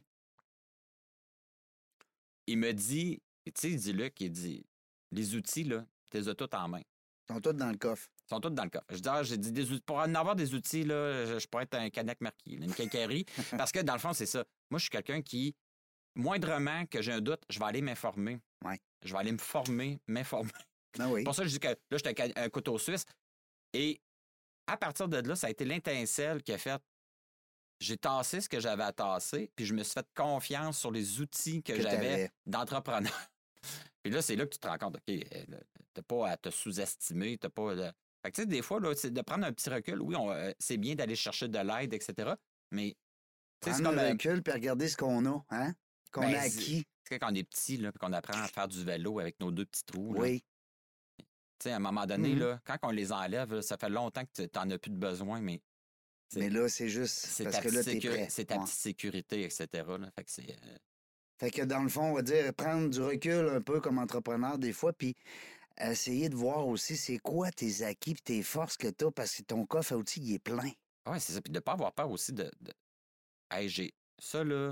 il me dit, tu sais, il dit, Luc, il dit, les outils, là, tu les as tous en main. Ils sont tous dans le coffre. Ils sont tous dans le coffre. Je dis, ah, j'ai dit, des outils, pour en avoir des outils, là, je, je pourrais être un Canac Marquis, une quincaillerie. Parce que, dans le fond, c'est ça. Moi, je suis quelqu'un qui, moindrement que j'ai un doute, je vais aller m'informer. Ouais. Je vais aller me former, m'informer. Ben oui. C'est pour ça que je dis que là, j'étais un, ca- un couteau suisse. Et à partir de là, ça a été l'étincelle qui a fait. J'ai tassé ce que j'avais à tasser, puis je me suis fait confiance sur les outils que, Que j'avais t'avais. d'entrepreneur. Puis là, c'est là que tu te rends compte, OK, euh, t'as pas à te sous-estimer, t'as pas... à- Fait que tu sais, des fois, là, c'est de prendre un petit recul. Oui, on, euh, c'est bien d'aller chercher de l'aide, et cetera. Mais, tu sais, c'est Prendre comme... le euh, recul puis regarder ce qu'on a, hein? Qu'on Ben, a c'est- acquis. c'est quand on est petit, là, puis qu'on apprend à faire du vélo avec nos deux petits trous. là. Oui. Tu sais, à un moment donné, Mhm. là, quand on les enlève, là, ça fait longtemps que tu n'en as plus de besoin, mais c'est- Mais là, c'est juste c'est parce ta, que là, petite t'es sécu- prêt. c'est ta Ouais. petite sécurité, et cetera là. Fait que c'est... euh, Fait que dans le fond, on va dire prendre du recul un peu comme entrepreneur des fois, puis essayer de voir aussi c'est quoi tes acquis puis tes forces que tu as parce que ton coffre à outils, il est plein. Ouais, c'est ça. Puis de ne pas avoir peur aussi de. de... Hey, j'ai ça, là,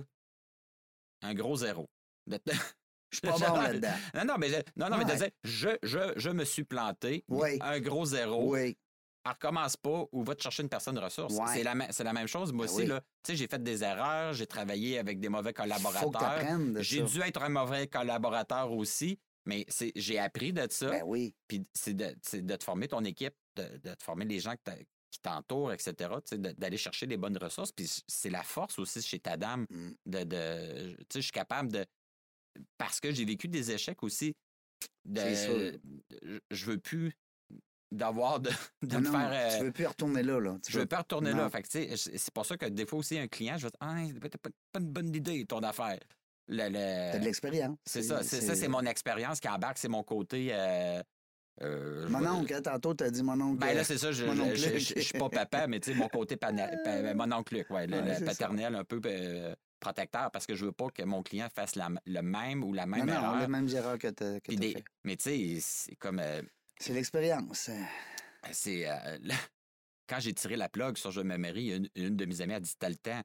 un gros zéro. De- Je suis pas bon là-dedans. Non, non, mais, je- non, non, mais de Ouais. dire, je, je, je me suis planté, Oui. un gros zéro. Oui. Elle recommence pas ou va te chercher une personne ressource. Ouais. C'est, la, ma- c'est la même chose. Moi Ben aussi, oui. là, tu sais, j'ai fait des erreurs, j'ai travaillé avec des mauvais Faut que tu collaborateurs. apprennes de J'ai ça. dû être un mauvais collaborateur aussi, mais c'est, j'ai appris de ça. Ben oui. Puis c'est de, c'est de te former ton équipe, de, de te former les gens que t'a- qui t'entourent, et cetera. Tu sais, de- d'aller chercher les bonnes ressources. Puis c'est la force aussi chez ta dame. Mm. De, de, tu sais, je suis capable de. Parce que j'ai vécu des échecs aussi. De, C'est sûr. je- je veux plus d'avoir de, de Non, me non, faire. euh, tu veux plus retourner là. là. Tu je veux pas retourner non. là. Fait que, tu sais, c'est pour ça que des fois aussi, un client, je vais dire, ah, c'est peut-être pas, pas une bonne idée, ton affaire. Le, le- T'as de l'expérience. c'est ça, c'est, ça, c'est mon expérience qui embarque, c'est mon côté. Euh, euh, je Mon vais- oncle, hein, tantôt, t'as dit mon oncle. Ben là, c'est ça, je, mon je, oncle je, Luc. je- je suis pas papa, mais tu sais, mon côté pana- pa- mon oncle Luc, ouais, le, Ouais, le c'est ça. paternel un peu euh, protecteur, parce que je veux pas que mon client fasse la- le même ou la même non, non, erreur. les mêmes erreurs que t'as que Puis t'as des- fait. mais tu sais, c'est comme. euh, C'est l'expérience. c'est. euh, là, quand j'ai tiré la plug sur Je me marie, une, une de mes amies a dit t'as le temps.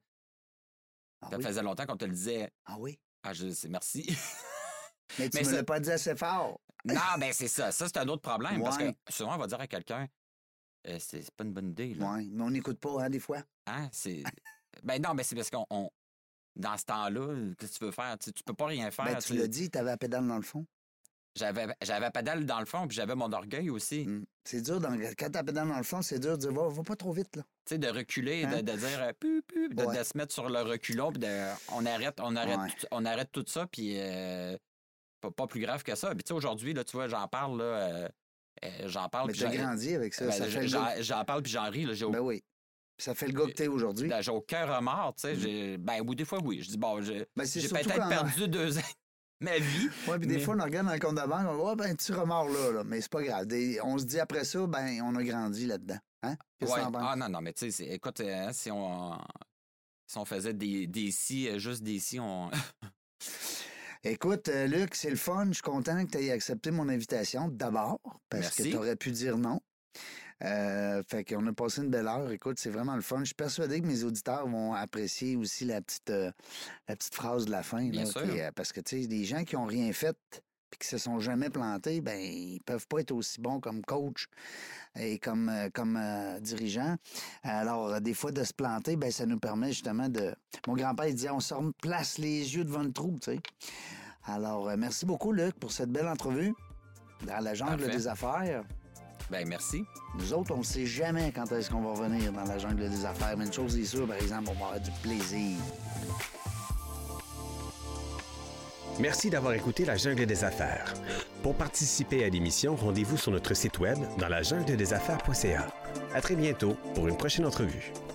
Ah Ça oui? faisait longtemps qu'on te le disait. Ah oui? Ah, je sais, merci. Mais tu Mais me ça- l'as pas dit assez fort. non, ben c'est ça. Ça, c'est un autre problème. Parce Ouais. que souvent, on va dire à quelqu'un euh, c'est, c'est pas une bonne idée. Là. Oui, mais on n'écoute pas, hein, des fois. Hein? C'est... ben non, ben c'est parce qu'on. on- Dans ce temps-là, qu'est-ce que tu veux faire? Tu, tu peux pas rien faire. Ben, tu l'as dit, t'avais la pédale dans le fond. J'avais, j'avais la pédale dans le fond, puis j'avais mon orgueil aussi. Mm. C'est dur, dans... quand t'as la pédale dans le fond, c'est dur de dire, va, va pas trop vite, là. Tu sais, de reculer, Hein? de, de dire euh, pu, pu, de, Ouais. de se mettre sur le reculon, puis de, on arrête, on arrête, Ouais. tout, on arrête tout ça, puis euh, pas, pas plus grave que ça. Puis tu sais, aujourd'hui, là, tu vois, j'en parle, là, euh, euh, j'en parle, Mais puis t'as j'en- grandi avec ça. ben, ça fait j'en, le- j'en parle, puis j'en ris, là, j'ai, Ben oui. Ça fait le gars que t'es aujourd'hui. J'ai aucun remords, tu sais. J'ai... Ben, oui, des fois, oui. Je dis, bon, je... Ben, c'est j'ai surtout peut-être quand- perdu deux ans de ma vie. Oui, puis des mais- fois, on regarde dans le compte de banque, on dit, oh, ben, tu remords là, là. Mais c'est pas grave. Des- On se dit après ça, ben, on a grandi là-dedans. Hein? Qu'est-ce que Ouais. t'en penses? Ah non, non, mais tu sais, c'est- écoute, euh, si on... Si on faisait des, des si, euh, juste des si, on... Écoute, euh, Luc, c'est le fun. Je suis content que tu aies accepté mon invitation, d'abord, parce Merci. que tu aurais pu dire non. Euh, fait qu'on a passé une belle heure. Écoute, c'est vraiment le fun. Je suis persuadé que mes auditeurs vont apprécier aussi la petite, euh, la petite phrase de la fin. Bien là, sûr. qui, euh, parce que, tu sais, des gens qui n'ont rien fait puis qui se sont jamais plantés, ben ils peuvent pas être aussi bons comme coach et comme, euh, comme euh, dirigeant. Alors, euh, des fois, de se planter, ben ça nous permet justement de... Mon grand-père, il disait, on se place les yeux devant le trou, tu sais. Alors, euh, merci beaucoup, Luc, pour cette belle entrevue dans la jungle Parfait. des affaires. Ben, merci. Nous autres, on ne sait jamais quand est-ce qu'on va revenir dans la jungle des affaires. Mais une chose est sûre, par exemple, on va avoir du plaisir. Merci d'avoir écouté La Jungle des Affaires. Pour participer à l'émission, rendez-vous sur notre site web dans la jungle des affaires point c a. À très bientôt pour une prochaine entrevue.